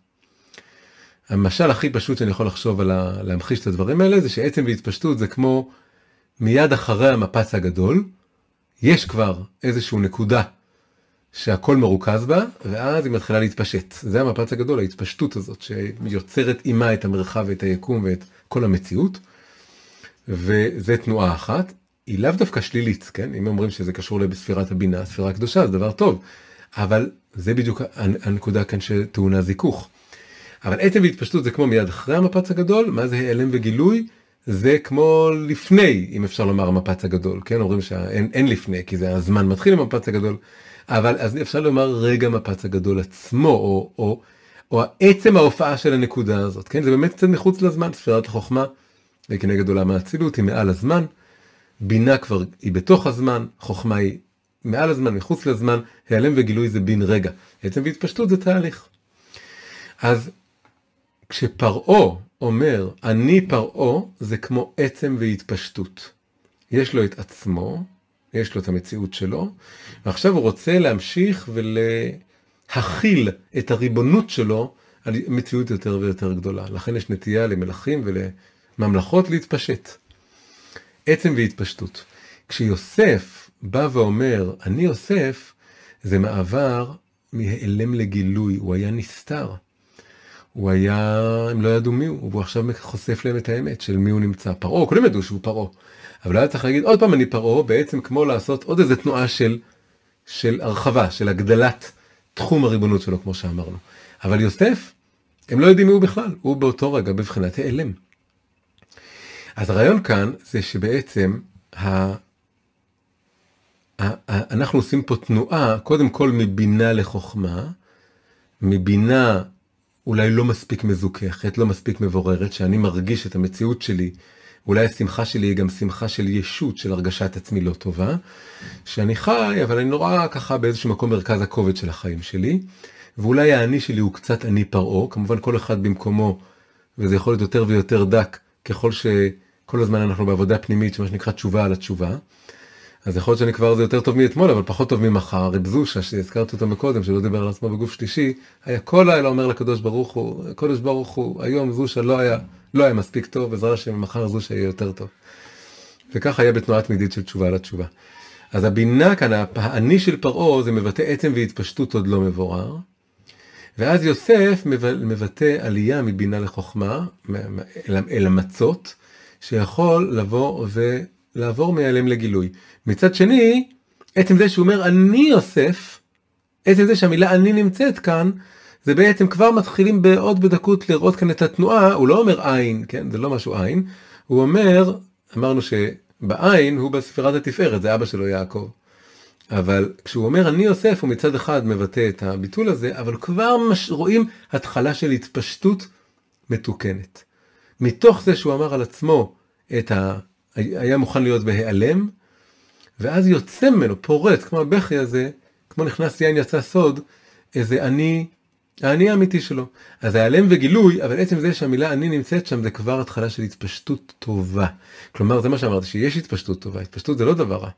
המשל הכי פשוט שאני יכול לחשוב על ה... להמחיש את הדברים האלה, זה שעצם והתפשטות זה כמו מיד אחרי המפץ הגדול, יש כבר איזושהי נקודה שהכל מרוכז בה, ואז היא מתחילה להתפשט. זה המפץ הגדול, ההתפשטות הזאת, שיוצרת עימה את המרחב ואת היקום ואת כל המציאות, וזה תנועה אחת. היא לאו דווקא שלילית, כן? אם אומרים שזה קשור לספירת הבינה, ספירה הקדושה, זה דבר טוב. אבל זה בדיוק הנקודה כאן שטעונה זיכוך. אבל עצם והתפשטות זה כמו מיד אחרי המפץ הגדול, מה זה העלם וגילוי? זה כמו לפני, אם אפשר לומר, המפץ הגדול, כן? אומרים שאין אין לפני, כי זה הזמן מתחיל עם המפץ הגדול, אבל אז אפשר לומר רגע המפץ הגדול עצמו, או, או, או עצם ההופעה של הנקודה הזאת, כן? זה באמת קצת מחוץ לזמן, ספירת החוכמה, וכנגד עולם האצילות, היא מעל הזמן, בינה כבר היא בתוך הזמן, חוכמה היא מעל הזמן, מחוץ לזמן, העלם וגילוי זה בין רגע. עצם והתפשטות זה תהליך. אז כשפרעה אומר, אני פרעה, זה כמו עצם והתפשטות. יש לו את עצמו, יש לו את המציאות שלו, ועכשיו הוא רוצה להמשיך ולהכיל את הריבונות שלו על מציאות יותר ויותר גדולה. לכן יש נטייה למלכים ולממלכות להתפשט. עצם והתפשטות. כשיוסף בא ואומר, אני יוסף, זה מעבר מהעלם לגילוי, הוא היה נסתר. הוא היה, הם לא ידעו מי הוא, והוא עכשיו חושף להם את האמת של מי הוא נמצא. פרעה, כולם ידעו שהוא פרעה. אבל היה צריך להגיד, עוד פעם אני פרעה, בעצם כמו לעשות עוד איזו תנועה של, של הרחבה, של הגדלת תחום הריבונות שלו, כמו שאמרנו. אבל יוסף, הם לא יודעים מי הוא בכלל, הוא באותו רגע בבחינת העלם. אז הרעיון כאן זה שבעצם ה... ה... ה... אנחנו עושים פה תנועה, קודם כל מבינה לחוכמה, מבינה אולי לא מספיק מזוכחת, לא מספיק מבוררת, שאני מרגיש את המציאות שלי, אולי השמחה שלי היא גם שמחה של ישות, של הרגשת עצמי לא טובה, שאני חי, אבל אני נורא ככה באיזשהו מקום מרכז הכובד של החיים שלי, ואולי האני שלי הוא קצת אני פרעה, כמובן כל אחד במקומו, וזה יכול להיות יותר ויותר דק, ככל שכל הזמן אנחנו בעבודה פנימית, שמה שנקרא תשובה על התשובה, אז יכול להיות שאני כבר זה יותר טוב מאתמול, אבל פחות טוב ממחר. רב זושה, שהזכרתי אותו מקודם, שלא דיבר על עצמו בגוף שלישי, היה כל לילה אומר לקדוש ברוך הוא, קדוש ברוך הוא, היום זושה לא היה, לא היה מספיק טוב, בעזרת השם מחר זושה יהיה יותר טוב. וכך היה בתנועה תמידית של תשובה על התשובה. אז הבינה כאן, האני של פרעה, זה מבטא עצם והתפשטות עוד לא מבורר, ואז יוסף מבטא עלייה מבינה לחוכמה, אל המצות, שיכול לבוא ולעבור מהיעלם לגילוי. מצד שני, עצם זה שהוא אומר אני יוסף, עצם זה שהמילה אני נמצאת כאן, זה בעצם כבר מתחילים בעוד בדקות לראות כאן את התנועה, הוא לא אומר עין, כן? זה לא משהו עין, הוא אומר, אמרנו שבעין הוא בספירת התפארת, זה אבא שלו יעקב. אבל כשהוא אומר אני יוסף, הוא מצד אחד מבטא את הביטול הזה, אבל כבר מש... רואים התחלה של התפשטות מתוקנת. מתוך זה שהוא אמר על עצמו, את ה... היה מוכן להיות בהיעלם, ואז יוצא ממנו, פורט, כמו הבכי הזה, כמו נכנס יין יצא סוד, איזה אני, האני האמיתי שלו. אז ההיעלם וגילוי, אבל עצם זה שהמילה אני נמצאת שם, זה כבר התחלה של התפשטות טובה. כלומר, זה מה שאמרתי, שיש התפשטות טובה, התפשטות זה לא דבר רע.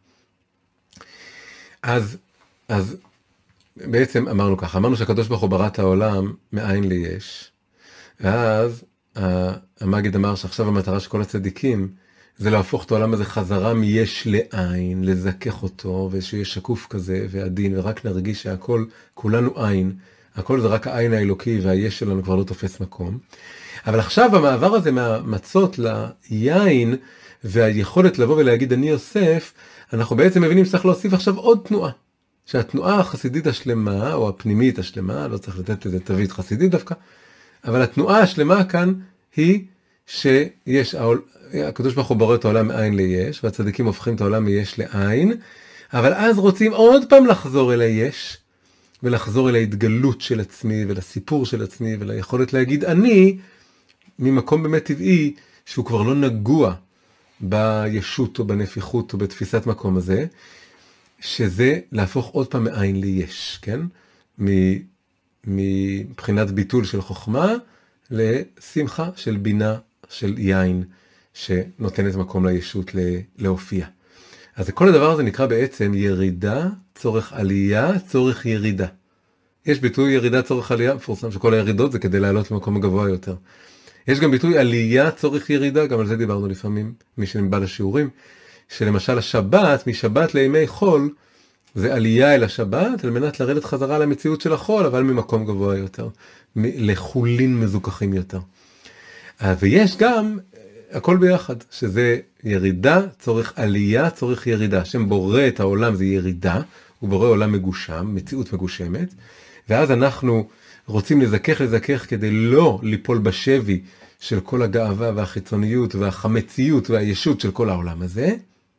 אז, אז בעצם אמרנו ככה, אמרנו שהקדוש ברוך הוא ברא את העולם מאין ליש, ואז המגיד אמר שעכשיו המטרה של כל הצדיקים, זה להפוך את העולם הזה חזרה מיש לעין, לזכך אותו, ושיהיה שקוף כזה ועדין, ורק נרגיש שהכל, כולנו עין, הכל זה רק העין האלוקי, והיש שלנו כבר לא תופס מקום. אבל עכשיו המעבר הזה מהמצות ליין, והיכולת לבוא ולהגיד אני יוסף, אנחנו בעצם מבינים שצריך להוסיף עכשיו עוד תנועה. שהתנועה החסידית השלמה, או הפנימית השלמה, לא צריך לתת לזה תווית חסידית דווקא, אבל התנועה השלמה כאן היא שיש, הקדוש ברוך הוא ברא את העולם מאין ליש, והצדיקים הופכים את העולם מיש לעין, אבל אז רוצים עוד פעם לחזור אל היש, ולחזור אל ההתגלות של עצמי, ולסיפור של עצמי, וליכולת להגיד אני, ממקום באמת טבעי, שהוא כבר לא נגוע בישות או בנפיחות או בתפיסת מקום הזה, שזה להפוך עוד פעם מאין ליש, כן? מבחינת ביטול של חוכמה, לשמחה של בינה של יין, שנותנת מקום לישות להופיע. אז כל הדבר הזה נקרא בעצם ירידה, צורך עלייה, צורך ירידה. יש ביטוי ירידה, צורך עלייה, מפורסם שכל הירידות זה כדי לעלות למקום הגבוה יותר. יש גם ביטוי עלייה, צורך ירידה, גם על זה דיברנו לפעמים, מי שנבא לשיעורים, שלמשל השבת, משבת לימי חול, זה עלייה אל השבת, על מנת לרדת חזרה למציאות של החול, אבל ממקום גבוה יותר, לחולין מזוכחים יותר. ויש גם הכל ביחד, שזה ירידה, צורך עלייה, צורך ירידה. השם בורא את העולם, זה ירידה, הוא בורא עולם מגושם, מציאות מגושמת, ואז אנחנו רוצים לזכך לזכך כדי לא ליפול בשבי של כל הגאווה והחיצוניות והחמציות והישות של כל העולם הזה.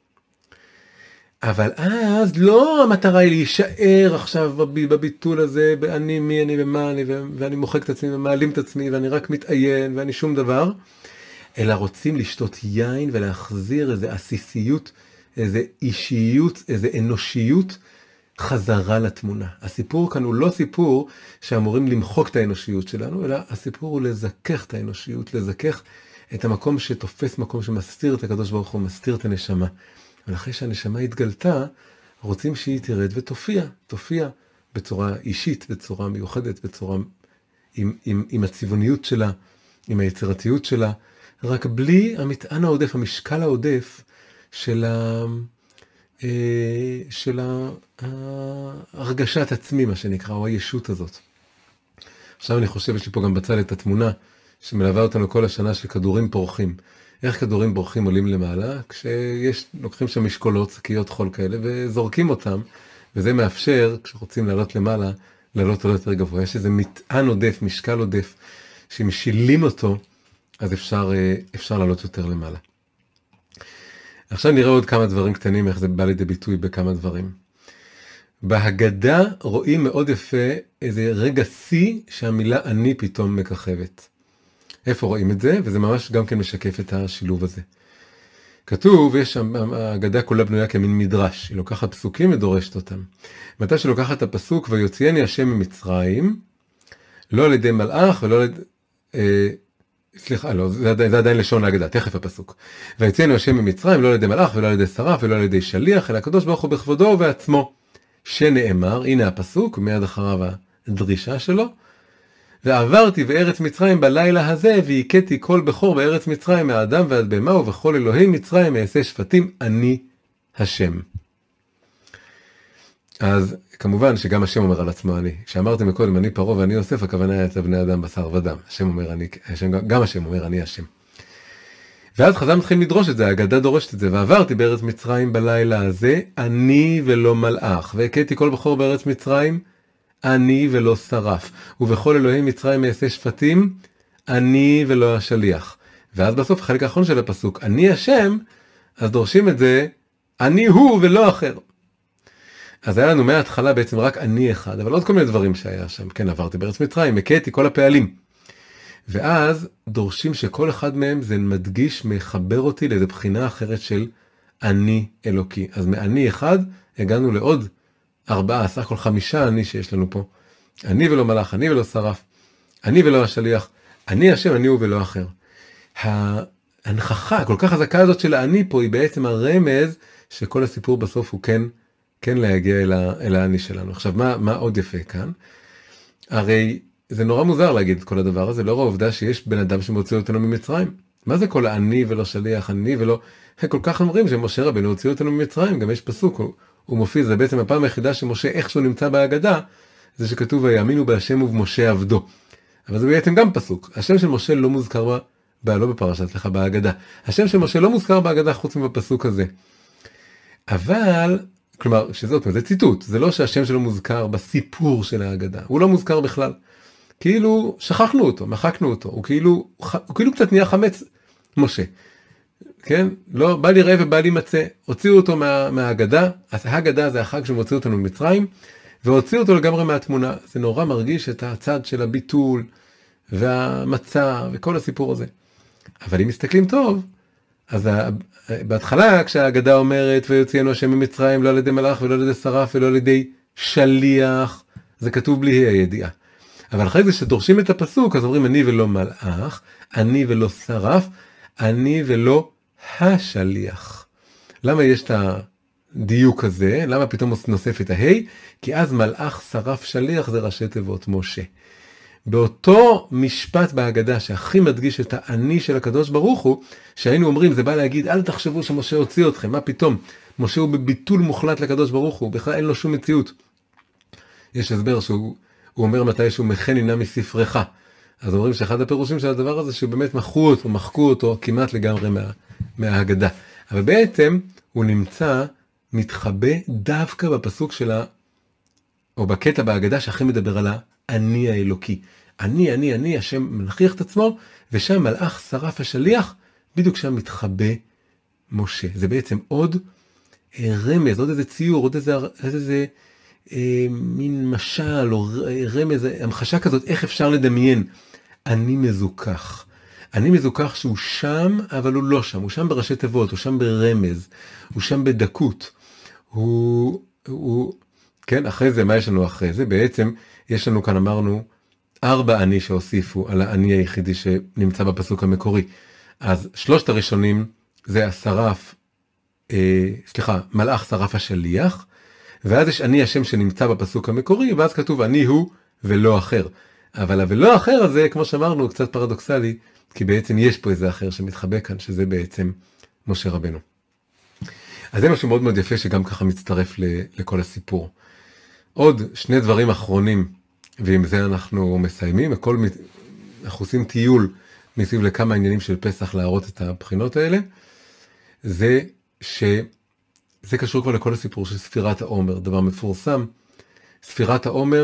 אבל אז לא המטרה היא להישאר עכשיו בביטול הזה, אני מי אני ומה אני, ואני מוחק את עצמי ומעלים את עצמי ואני רק מתעיין ואני שום דבר, אלא רוצים לשתות יין ולהחזיר איזו עסיסיות, איזו אישיות, איזו אנושיות, חזרה לתמונה. הסיפור כאן הוא לא סיפור שאמורים למחוק את האנושיות שלנו, אלא הסיפור הוא לזכך את האנושיות, לזכך את המקום שתופס מקום שמסתיר את הקדוש ברוך הוא, מסתיר את הנשמה. ולאחרי שהנשמה התגלתה, רוצים שהיא תרד ותופיע, תופיע בצורה אישית, בצורה מיוחדת, בצורה עם, עם, עם הצבעוניות שלה, עם היצירתיות שלה, רק בלי המטען העודף, המשקל העודף של ה... של הרגשת עצמי, מה שנקרא, או הישות הזאת. עכשיו אני חושב, יש לי פה גם בצד את התמונה, שמלווה אותנו כל השנה של כדורים פורחים. איך כדורים פורחים עולים למעלה? כשיש, לוקחים שם משקולות, שקיות חול כאלה, וזורקים אותם, וזה מאפשר, כשרוצים לעלות למעלה, לעלות עוד יותר גבוה. יש איזה מטען עודף, משקל עודף, שמשילים אותו, אז אפשר, אפשר לעלות יותר למעלה. עכשיו נראה עוד כמה דברים קטנים, איך זה בא לידי ביטוי בכמה דברים. בהגדה רואים מאוד יפה איזה רגע שיא שהמילה אני פתאום מככבת. איפה רואים את זה? וזה ממש גם כן משקף את השילוב הזה. כתוב, יש שם, ההגדה כולה בנויה כמין מדרש, היא לוקחת פסוקים ודורשת אותם. מתי שלוקחת את הפסוק, ויוציאני השם ממצרים, לא על ידי מלאך ולא על ידי, אה, סליחה, לא, זה, זה עדיין לשון ההגדה, תכף הפסוק. ויוציאני השם ממצרים, לא על ידי מלאך ולא על ידי שרף ולא על ידי שליח, אלא הקדוש ברוך הוא בכבודו ובעצמו. שנאמר, הנה הפסוק, מיד אחריו הדרישה שלו, ועברתי בארץ מצרים בלילה הזה, והכיתי כל בכור בארץ מצרים, מהאדם ועד בהמה, ובכל אלוהי מצרים אעשה שפטים, אני השם. אז כמובן שגם השם אומר על עצמו אני. כשאמרתי מקודם, אני פרעה ואני יוסף, הכוונה הייתה בני אדם בשר ודם. השם אומר, אני, השם, גם השם אומר, אני השם. ואז חז"ל מתחילים לדרוש את זה, ההגדה דורשת את זה, ועברתי בארץ מצרים בלילה הזה, אני ולא מלאך, והכיתי כל בכור בארץ מצרים, אני ולא שרף, ובכל אלוהי מצרים אעשה שפטים, אני ולא השליח. ואז בסוף החלק האחרון של הפסוק, אני השם, אז דורשים את זה, אני הוא ולא אחר. אז היה לנו מההתחלה בעצם רק אני אחד, אבל עוד כל מיני דברים שהיה שם. כן, עברתי בארץ מצרים, הכיתי כל הפעלים. ואז דורשים שכל אחד מהם זה מדגיש, מחבר אותי לאיזו בחינה אחרת של אני אלוקי. אז מאני אחד הגענו לעוד ארבעה, סך הכל חמישה אני שיש לנו פה. אני ולא מלאך, אני ולא שרף, אני ולא השליח, אני השם, אני הוא ולא אחר. ההנכחה כל כך חזקה הזאת של האני פה היא בעצם הרמז שכל הסיפור בסוף הוא כן, כן להגיע אל, ה, אל האני שלנו. עכשיו מה, מה עוד יפה כאן? הרי זה נורא מוזר להגיד את כל הדבר הזה, לאור העובדה שיש בן אדם שמוציא אותנו ממצרים. מה זה כל האני ולא שליח, אני ולא... כל כך אומרים שמשה רבנו הוציא אותנו ממצרים, גם יש פסוק, הוא, הוא מופיע, זה בעצם הפעם היחידה שמשה איכשהו נמצא בהגדה, זה שכתוב ויאמינו בהשם ובמשה עבדו. אבל זה בעצם גם פסוק. השם של משה לא מוזכר בה, בה, לא בפרשה, סליחה, בהגדה. השם של משה לא מוזכר בהגדה חוץ מבפסוק הזה. אבל, כלומר, שזאת, זה ציטוט, זה לא שהשם שלו מוזכר בסיפור של ההגדה, הוא לא מוזכר בכלל. כאילו שכחנו אותו, מחקנו אותו, הוא כאילו, הוא כאילו קצת נהיה חמץ, משה. כן? לא, בא לי רעב ובא לי מצא, הוציאו אותו מה, מההגדה, אז ההגדה זה החג שמוציא אותנו ממצרים, והוציאו אותו לגמרי מהתמונה. זה נורא מרגיש את הצד של הביטול, והמצע, וכל הסיפור הזה. אבל אם מסתכלים טוב, אז בהתחלה כשההגדה אומרת, ויוציאנו השם ממצרים, לא על ידי מלאך ולא על ידי שרף ולא על ידי שליח, זה כתוב בלי הידיעה. אבל אחרי זה שדורשים את הפסוק, אז אומרים אני ולא מלאך, אני ולא שרף, אני ולא השליח. למה יש את הדיוק הזה? למה פתאום נוסף את ההי? כי אז מלאך, שרף, שליח זה ראשי תיבות משה. באותו משפט בהגדה שהכי מדגיש את האני של הקדוש ברוך הוא, שהיינו אומרים זה בא להגיד אל תחשבו שמשה הוציא אתכם, מה פתאום? משה הוא בביטול מוחלט לקדוש ברוך הוא, בכלל אין לו שום מציאות. יש הסבר שהוא הוא אומר מתי שהוא מכן הנה מספרך. אז אומרים שאחד הפירושים של הדבר הזה שהוא באמת מחו אותו, מחקו אותו כמעט לגמרי מה, מההגדה. אבל בעצם הוא נמצא מתחבא דווקא בפסוק שלה, או בקטע בהגדה שהכי מדבר על האני האלוקי. אני, אני, אני, השם מנכיח את עצמו, ושם מלאך שרף השליח, בדיוק שם מתחבא משה. זה בעצם עוד רמז, עוד איזה ציור, עוד איזה, איזה אה, מין משל, או רמז, המחשה כזאת, איך אפשר לדמיין. אני מזוכח. אני מזוכח שהוא שם, אבל הוא לא שם. הוא שם בראשי תיבות, הוא שם ברמז, הוא שם בדקות. הוא, הוא, כן, אחרי זה, מה יש לנו אחרי זה? בעצם, יש לנו כאן, אמרנו, ארבע אני שהוסיפו על האני היחידי שנמצא בפסוק המקורי. אז שלושת הראשונים זה השרף, אה, סליחה, מלאך שרף השליח, ואז יש אני השם שנמצא בפסוק המקורי, ואז כתוב אני הוא ולא אחר. אבל הלא אחר הזה, כמו שאמרנו, הוא קצת פרדוקסלי, כי בעצם יש פה איזה אחר שמתחבא כאן, שזה בעצם משה רבנו. אז זה משהו מאוד מאוד יפה שגם ככה מצטרף לכל הסיפור. עוד שני דברים אחרונים, ועם זה אנחנו מסיימים, הכל, אנחנו עושים טיול מסביב לכמה עניינים של פסח להראות את הבחינות האלה, זה שזה קשור כבר לכל הסיפור של ספירת העומר, דבר מפורסם. ספירת העומר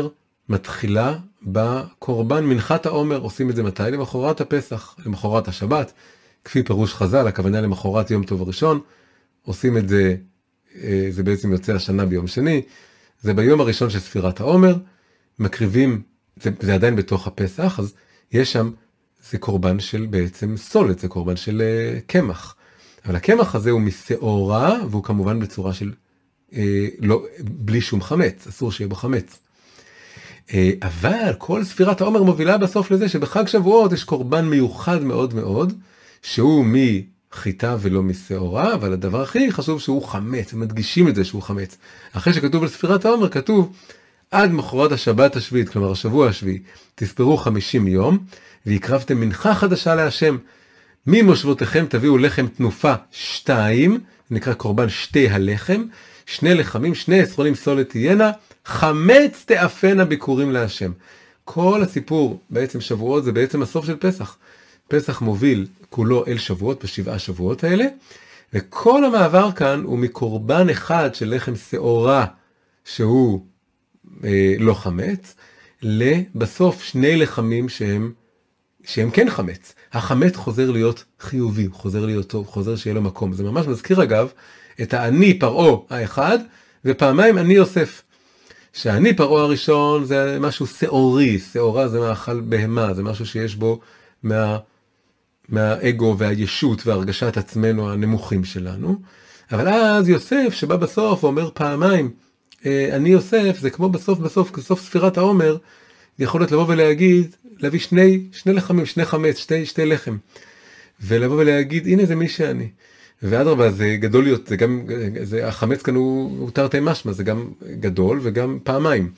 מתחילה בקורבן מנחת העומר. עושים את זה מתי? למחרת הפסח, למחרת השבת, כפי פירוש חז"ל, הכוונה למחרת יום טוב הראשון. עושים את זה, זה בעצם יוצא השנה ביום שני, זה ביום הראשון של ספירת העומר, מקריבים, זה, זה עדיין בתוך הפסח, אז יש שם, זה קורבן של בעצם סולת, זה קורבן של uh, קמח. אבל הקמח הזה הוא משעורה, והוא כמובן בצורה של, uh, לא, בלי שום חמץ, אסור שיהיה בו חמץ. Uh, אבל כל ספירת העומר מובילה בסוף לזה שבחג שבועות יש קורבן מיוחד מאוד מאוד, שהוא מחיטה ולא משעורה, אבל הדבר הכי חשוב שהוא חמץ, מדגישים את זה שהוא חמץ. אחרי שכתוב על ספירת העומר, כתוב, עד מחרת השבת השביעית, כלומר השבוע השביעי, תספרו חמישים יום, והקרבתם מנחה חדשה להשם. ממושבותיכם תביאו לחם תנופה שתיים, נקרא קורבן שתי הלחם, שני לחמים, שני עשרונים סולת תהיינה, חמץ תאפנה ביקורים להשם. כל הסיפור, בעצם שבועות, זה בעצם הסוף של פסח. פסח מוביל כולו אל שבועות, בשבעה שבועות האלה, וכל המעבר כאן הוא מקורבן אחד של לחם שעורה, שהוא אה, לא חמץ, לבסוף שני לחמים שהם, שהם כן חמץ. החמץ חוזר להיות חיובי, חוזר להיות טוב, חוזר שיהיה לו מקום. זה ממש מזכיר אגב, את העני פרעה האחד, ופעמיים עני יוסף. שהעני פרעה הראשון זה משהו שעורי, שעורה זה מאכל בהמה, זה משהו שיש בו מה... מהאגו והישות והרגשת עצמנו הנמוכים שלנו. אבל אז יוסף שבא בסוף ואומר פעמיים, אני יוסף, זה כמו בסוף בסוף, בסוף ספירת העומר, יכולת לבוא ולהגיד, להביא שני, שני לחמים, שני חמץ, שתי, שתי לחם. ולבוא ולהגיד, הנה זה מי שאני. ואדרבה, זה גדול להיות, זה גם, זה, החמץ כאן הוא, הוא תרתי משמע, זה גם גדול וגם פעמיים.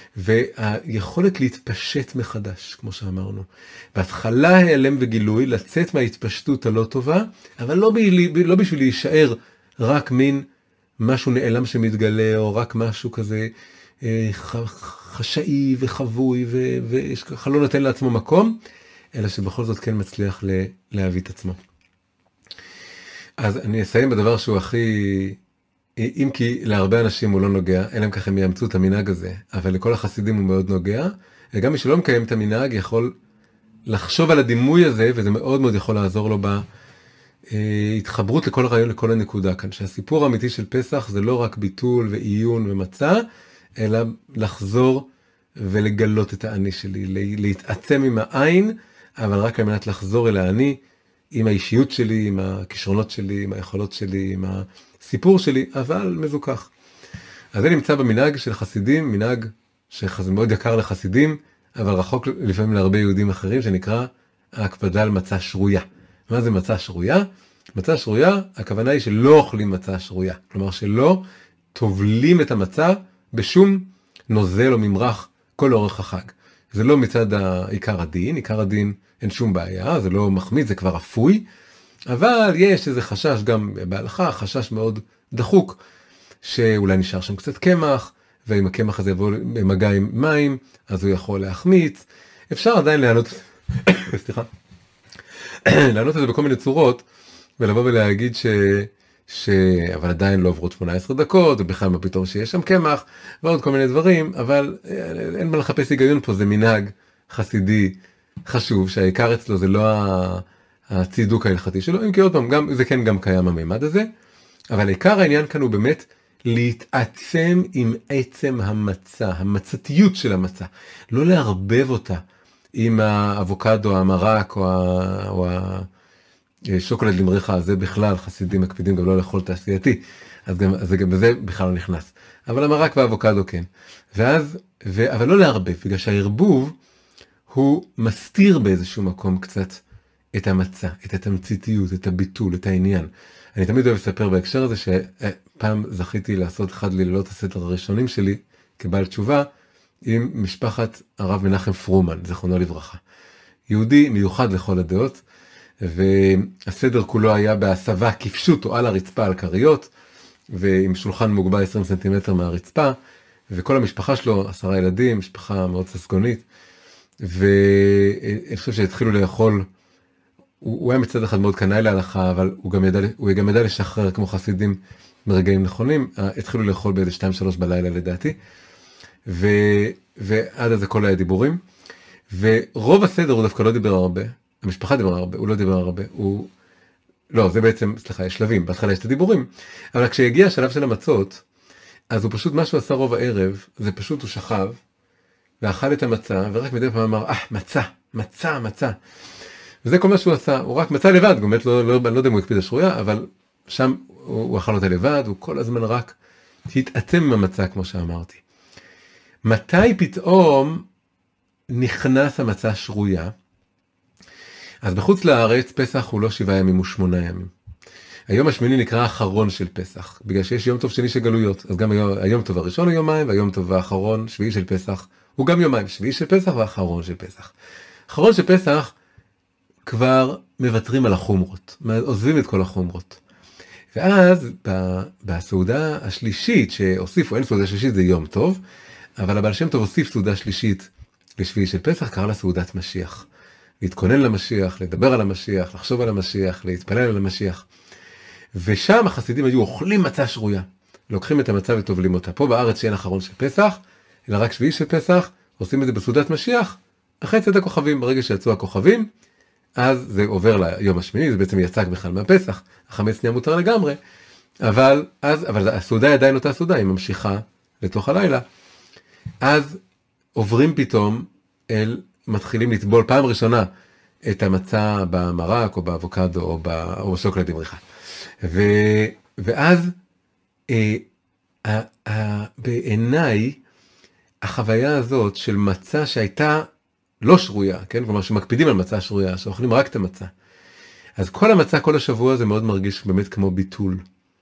והיכולת להתפשט מחדש, כמו שאמרנו. בהתחלה העלם וגילוי, לצאת מההתפשטות הלא טובה, אבל לא, ב, לא בשביל להישאר רק מין משהו נעלם שמתגלה, או רק משהו כזה אה, חשאי וחבוי, וככה לא נותן לעצמו מקום, אלא שבכל זאת כן מצליח להביא את עצמו. אז אני אסיים בדבר שהוא הכי... אם כי להרבה אנשים הוא לא נוגע, אלא הם ככה הם יאמצו את המנהג הזה, אבל לכל החסידים הוא מאוד נוגע, וגם מי שלא מקיים את המנהג יכול לחשוב על הדימוי הזה, וזה מאוד מאוד יכול לעזור לו בהתחברות לכל הרעיון, לכל הנקודה כאן, שהסיפור האמיתי של פסח זה לא רק ביטול ועיון ומצע, אלא לחזור ולגלות את האני שלי, להתעצם עם העין, אבל רק על מנת לחזור אל האני, עם האישיות שלי, עם הכישרונות שלי, עם היכולות שלי, עם הסיפור שלי, אבל מזוכח. אז זה נמצא במנהג של חסידים, מנהג שזה מאוד יקר לחסידים, אבל רחוק לפעמים להרבה יהודים אחרים, שנקרא ההקפדה על מצה שרויה. מה זה מצה שרויה? מצה שרויה, הכוונה היא שלא אוכלים מצה שרויה. כלומר שלא טובלים את המצה בשום נוזל או ממרח כל אורך החג. זה לא מצד עיקר הדין, עיקר הדין אין שום בעיה, זה לא מחמיץ, זה כבר אפוי, אבל יש איזה חשש גם בהלכה, חשש מאוד דחוק, שאולי נשאר שם קצת קמח, ואם הקמח הזה יבוא במגע עם מים, אז הוא יכול להחמיץ. אפשר עדיין לענות, סליחה, לענות את זה בכל מיני צורות, ולבוא ולהגיד ש... ש... אבל עדיין לא עברו שמונה עשרה דקות, ובכלל מה פתאום שיש שם קמח, ועוד כל מיני דברים, אבל אין מה לחפש היגיון פה, זה מנהג חסידי חשוב, שהעיקר אצלו זה לא הצידוק ההלכתי שלו, אם כי עוד פעם, גם, זה כן גם קיים הממד הזה, אבל עיקר העניין כאן הוא באמת להתעצם עם עצם המצה, המצתיות של המצה, לא להרבב אותה עם האבוקדו, המרק או, ה, או השוקולד למריחה, זה בכלל חסידים מקפידים גם לא לאכול תעשייתי, אז גם, אז גם בזה בכלל לא נכנס, אבל המרק והאבוקדו כן, ואז, ו, אבל לא להרבב, בגלל שהערבוב הוא מסתיר באיזשהו מקום קצת את המצה, את התמציתיות, את הביטול, את העניין. אני תמיד אוהב לספר בהקשר הזה שפעם זכיתי לעשות אחד לילות הסדר הראשונים שלי כבעל תשובה עם משפחת הרב מנחם פרומן, זכרונו לברכה. יהודי מיוחד לכל הדעות, והסדר כולו היה בהסבה כפשוטו על הרצפה על קריות, ועם שולחן מוגבל עשרים סנטימטר מהרצפה, וכל המשפחה שלו, עשרה ילדים, משפחה מאוד ססגונית, ואני חושב שהתחילו לאכול, הוא, הוא היה מצד אחד מאוד קנאי להלכה, אבל הוא גם ידע, הוא גם ידע לשחרר כמו חסידים מרגעים נכונים, התחילו לאכול באיזה שתיים שלוש בלילה לדעתי, ו, ועד אז הכל היה דיבורים, ורוב הסדר הוא דווקא לא דיבר הרבה, המשפחה דיברה הרבה, הוא לא דיבר הרבה, הוא, לא, זה בעצם, סליחה, יש שלבים, בהתחלה יש את הדיבורים, אבל כשהגיע השלב של המצות, אז הוא פשוט, מה שהוא עשה רוב הערב, זה פשוט הוא שכב, ואכל את המצה, ורק מדי פעם אמר, אה, מצה, מצה, מצה. וזה כל מה שהוא עשה, הוא רק מצה לבד, באמת לא, לא, לא, לא יודע אם הוא הקפיד השרויה, אבל שם הוא, הוא אכל אותה לבד, הוא כל הזמן רק התעצם עם המצה, כמו שאמרתי. מתי פתאום נכנס המצה שרויה? אז בחוץ לארץ, פסח הוא לא שבעה ימים, הוא שמונה ימים. היום השמיני נקרא האחרון של פסח, בגלל שיש יום טוב שני של גלויות, אז גם היום, היום טוב הראשון הוא יומיים, והיום טוב האחרון, שביעי של פסח, הוא גם יומיים, שביעי של פסח והאחרון של פסח. האחרון של פסח כבר מוותרים על החומרות, עוזבים את כל החומרות. ואז בסעודה השלישית שהוסיפו, אין סעודה שלישית זה יום טוב, אבל הבעל שם טוב הוסיף סעודה שלישית לשביעי של פסח, קרא לה סעודת משיח. להתכונן למשיח, לדבר על המשיח, לחשוב על המשיח, להתפלל על המשיח. ושם החסידים היו אוכלים מצה שרויה, לוקחים את המצה וטובלים אותה. פה בארץ שאין אחרון של פסח, אלא רק שביעי של פסח, עושים את זה בסעודת משיח, אחרי צאת הכוכבים, ברגע שיצאו הכוכבים, אז זה עובר ליום השמיני, זה בעצם יצא בכלל מהפסח, החמץ נהיה מותר לגמרי, אבל, אז, אבל הסעודה היא עדיין אותה סעודה, היא ממשיכה לתוך הלילה, אז עוברים פתאום אל, מתחילים לטבול פעם ראשונה את המצה במרק או באבוקדו או, ב, או בשוקולד עם ריחה. ו, ואז אה, אה, אה, בעיניי החוויה הזאת של מצה שהייתה לא שרויה, כן? כלומר שמקפידים על מצה שרויה, שאוכלים רק את המצה. אז כל המצה כל השבוע זה מאוד מרגיש באמת כמו ביטול,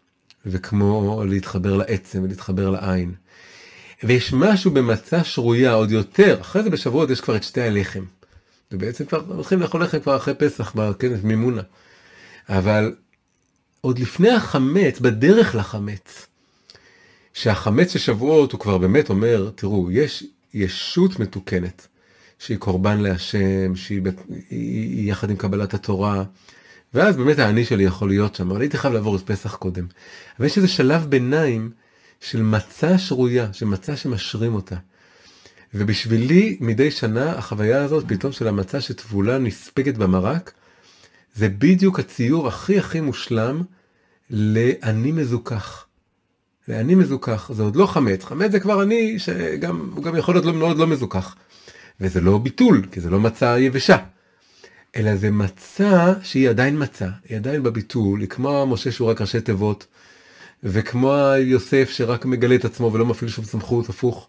וכמו להתחבר לעצם ולהתחבר לעין. ויש משהו במצה שרויה עוד יותר, אחרי זה בשבועות יש כבר את שתי הלחם. ובעצם כבר מתחילים לאכול לחם כבר אחרי פסח, כן, מימונה. אבל עוד לפני החמץ, בדרך לחמץ, שהחמץ של שבועות הוא כבר באמת אומר, תראו, יש ישות מתוקנת, שהיא קורבן להשם, שהיא היא יחד עם קבלת התורה, ואז באמת העני שלי יכול להיות שם, אבל הייתי חייב לעבור את פסח קודם. אבל יש איזה שלב ביניים של מצה שרויה, של מצה שמשרים אותה. ובשבילי מדי שנה החוויה הזאת פתאום של המצה שטבולה נספגת במרק, זה בדיוק הציור הכי הכי מושלם לעני מזוכח. לעני מזוכח, זה עוד לא חמץ, חמץ זה כבר עני שגם, הוא גם יכול להיות מאוד לא מזוכח. וזה לא ביטול, כי זה לא מצה יבשה, אלא זה מצה שהיא עדיין מצה, היא עדיין בביטול, היא כמו משה שהוא רק ראשי תיבות, וכמו יוסף שרק מגלה את עצמו ולא מפעיל שום סמכות, הפוך.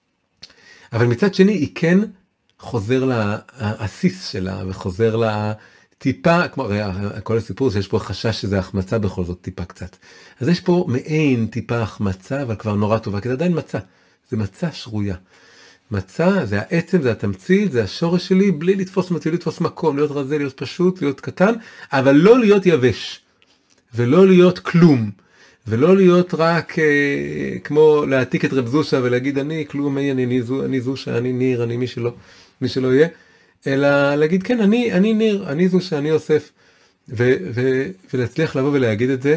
אבל מצד שני היא כן חוזר לעסיס שלה, וחוזר לטיפה, כמו הרי כל הסיפור שיש פה חשש שזה החמצה בכל זאת טיפה קצת. אז יש פה מעין טיפה החמצה, אבל כבר נורא טובה, כי זה עדיין מצה, זה מצה שרויה. מצה, זה העצם, זה התמציל, זה השורש שלי, בלי לתפוס מתי, לתפוס מקום, להיות רזה, להיות פשוט, להיות קטן, אבל לא להיות יבש, ולא להיות כלום, ולא להיות רק אה, כמו להעתיק את רב זושה ולהגיד אני כלום, אני, אני, זו, אני זושה, אני ניר, אני מי שלא, מי שלא יהיה, אלא להגיד כן, אני, אני ניר, אני זושה, אני יוסף, ו, ו, ולהצליח לבוא ולהגיד את זה,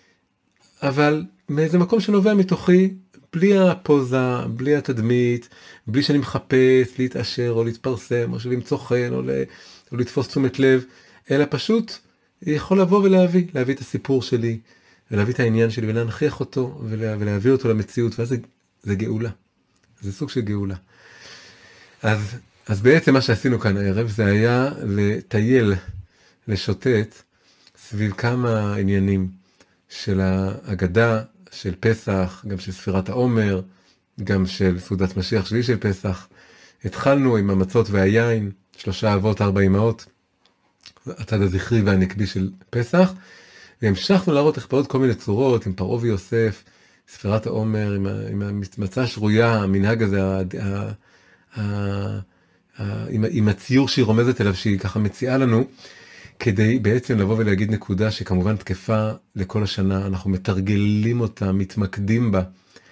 אבל מאיזה מקום שנובע מתוכי, בלי הפוזה, בלי התדמית, בלי שאני מחפש להתעשר או להתפרסם, או למצוא חן, או, ל... או לתפוס תשומת לב, אלא פשוט יכול לבוא ולהביא, להביא את הסיפור שלי, ולהביא את העניין שלי, ולהנכיח אותו, ולה... ולהביא אותו למציאות, ואז זה, זה גאולה. זה סוג של גאולה. אז, אז בעצם מה שעשינו כאן הערב, זה היה לטייל, לשוטט, סביב כמה עניינים של ההגדה, של פסח, גם של ספירת העומר, גם של סעודת משיח שביעי של פסח. התחלנו עם המצות והיין, שלושה אבות, ארבע אמהות, הצד הזכרי והנקבי של פסח, והמשכנו להראות איך בעוד כל מיני צורות, עם פרעה ויוסף, ספירת העומר, עם, עם המצה השרויה, המנהג הזה, ה, ה, ה, ה, עם, עם הציור שהיא רומזת אליו, שהיא ככה מציעה לנו, כדי בעצם לבוא ולהגיד נקודה שכמובן תקפה לכל השנה, אנחנו מתרגלים אותה, מתמקדים בה,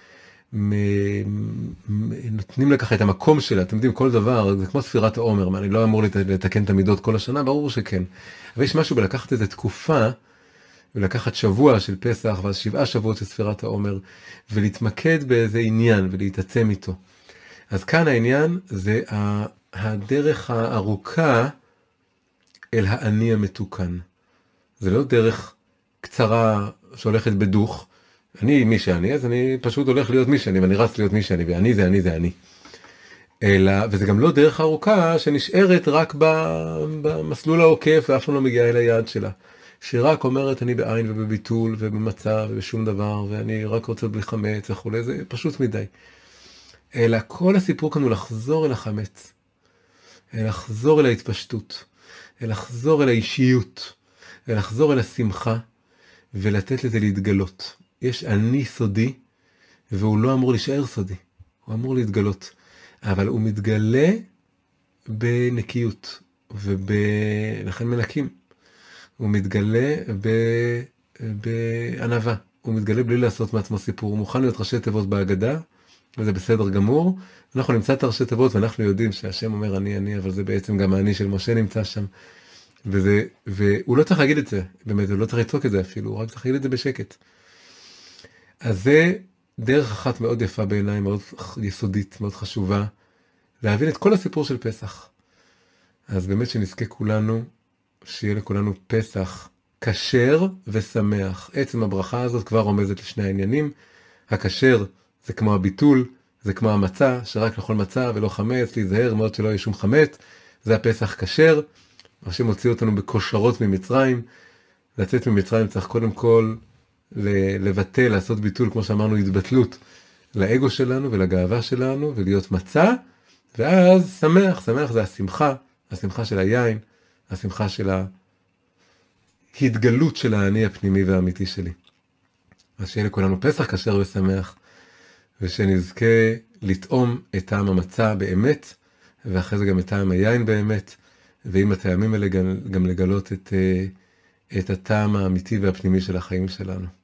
נותנים לכך את המקום שלה, אתם יודעים, כל דבר, זה כמו ספירת העומר, מה, אני לא אמור לתקן את המידות כל השנה, ברור שכן. אבל יש משהו בלקחת איזו תקופה, ולקחת שבוע של פסח, ואז שבעה שבועות של ספירת העומר, ולהתמקד באיזה עניין, ולהתעצם איתו. אז כאן העניין זה הדרך הארוכה אל האני המתוקן. זה לא דרך קצרה שהולכת בדוך. אני מי שאני, אז אני פשוט הולך להיות מי שאני, ואני רץ להיות מי שאני, ואני זה אני זה אני. אלא, וזה גם לא דרך ארוכה שנשארת רק במסלול העוקף, ואף פעם לא מגיעה אל היעד שלה. שרק אומרת אני בעין ובביטול ובמצב ובשום דבר, ואני רק רוצה בלי חמץ וכו', זה פשוט מדי. אלא כל הסיפור כאן הוא לחזור אל החמץ, לחזור אל ההתפשטות, לחזור אל האישיות, לחזור אל השמחה, ולתת לזה להתגלות. יש אני סודי, והוא לא אמור להישאר סודי, הוא אמור להתגלות. אבל הוא מתגלה בנקיות, ולכן מנקים. הוא מתגלה ב... בענווה, הוא מתגלה בלי לעשות מעצמו סיפור, הוא מוכן להיות ראשי תיבות בהגדה, וזה בסדר גמור. אנחנו נמצא את הראשי תיבות, ואנחנו יודעים שהשם אומר אני, אני, אבל זה בעצם גם האני של משה נמצא שם. וזה, והוא לא צריך להגיד את זה, באמת, הוא לא צריך לצעוק את זה אפילו, הוא רק צריך להגיד את זה בשקט. אז זה דרך אחת מאוד יפה בעיניי, מאוד יסודית, מאוד חשובה, להבין את כל הסיפור של פסח. אז באמת שנזכה כולנו, שיהיה לכולנו פסח כשר ושמח. עצם הברכה הזאת כבר רומזת לשני העניינים. הכשר זה כמו הביטול, זה כמו המצה, שרק לכל מצה ולא חמץ, להיזהר מאוד שלא יהיה שום חמץ. זה הפסח כשר, מה שמוציא אותנו בכושרות ממצרים. לצאת ממצרים צריך קודם כל לבטל, לעשות ביטול, כמו שאמרנו, התבטלות לאגו שלנו ולגאווה שלנו, ולהיות מצה, ואז שמח, שמח זה השמחה, השמחה של היין, השמחה של ההתגלות של האני הפנימי והאמיתי שלי. אז שיהיה לכולנו פסח כשר ושמח, ושנזכה לטעום את טעם המצה באמת, ואחרי זה גם את טעם היין באמת, ועם הטעמים האלה גם לגלות את, את הטעם האמיתי והפנימי של החיים שלנו.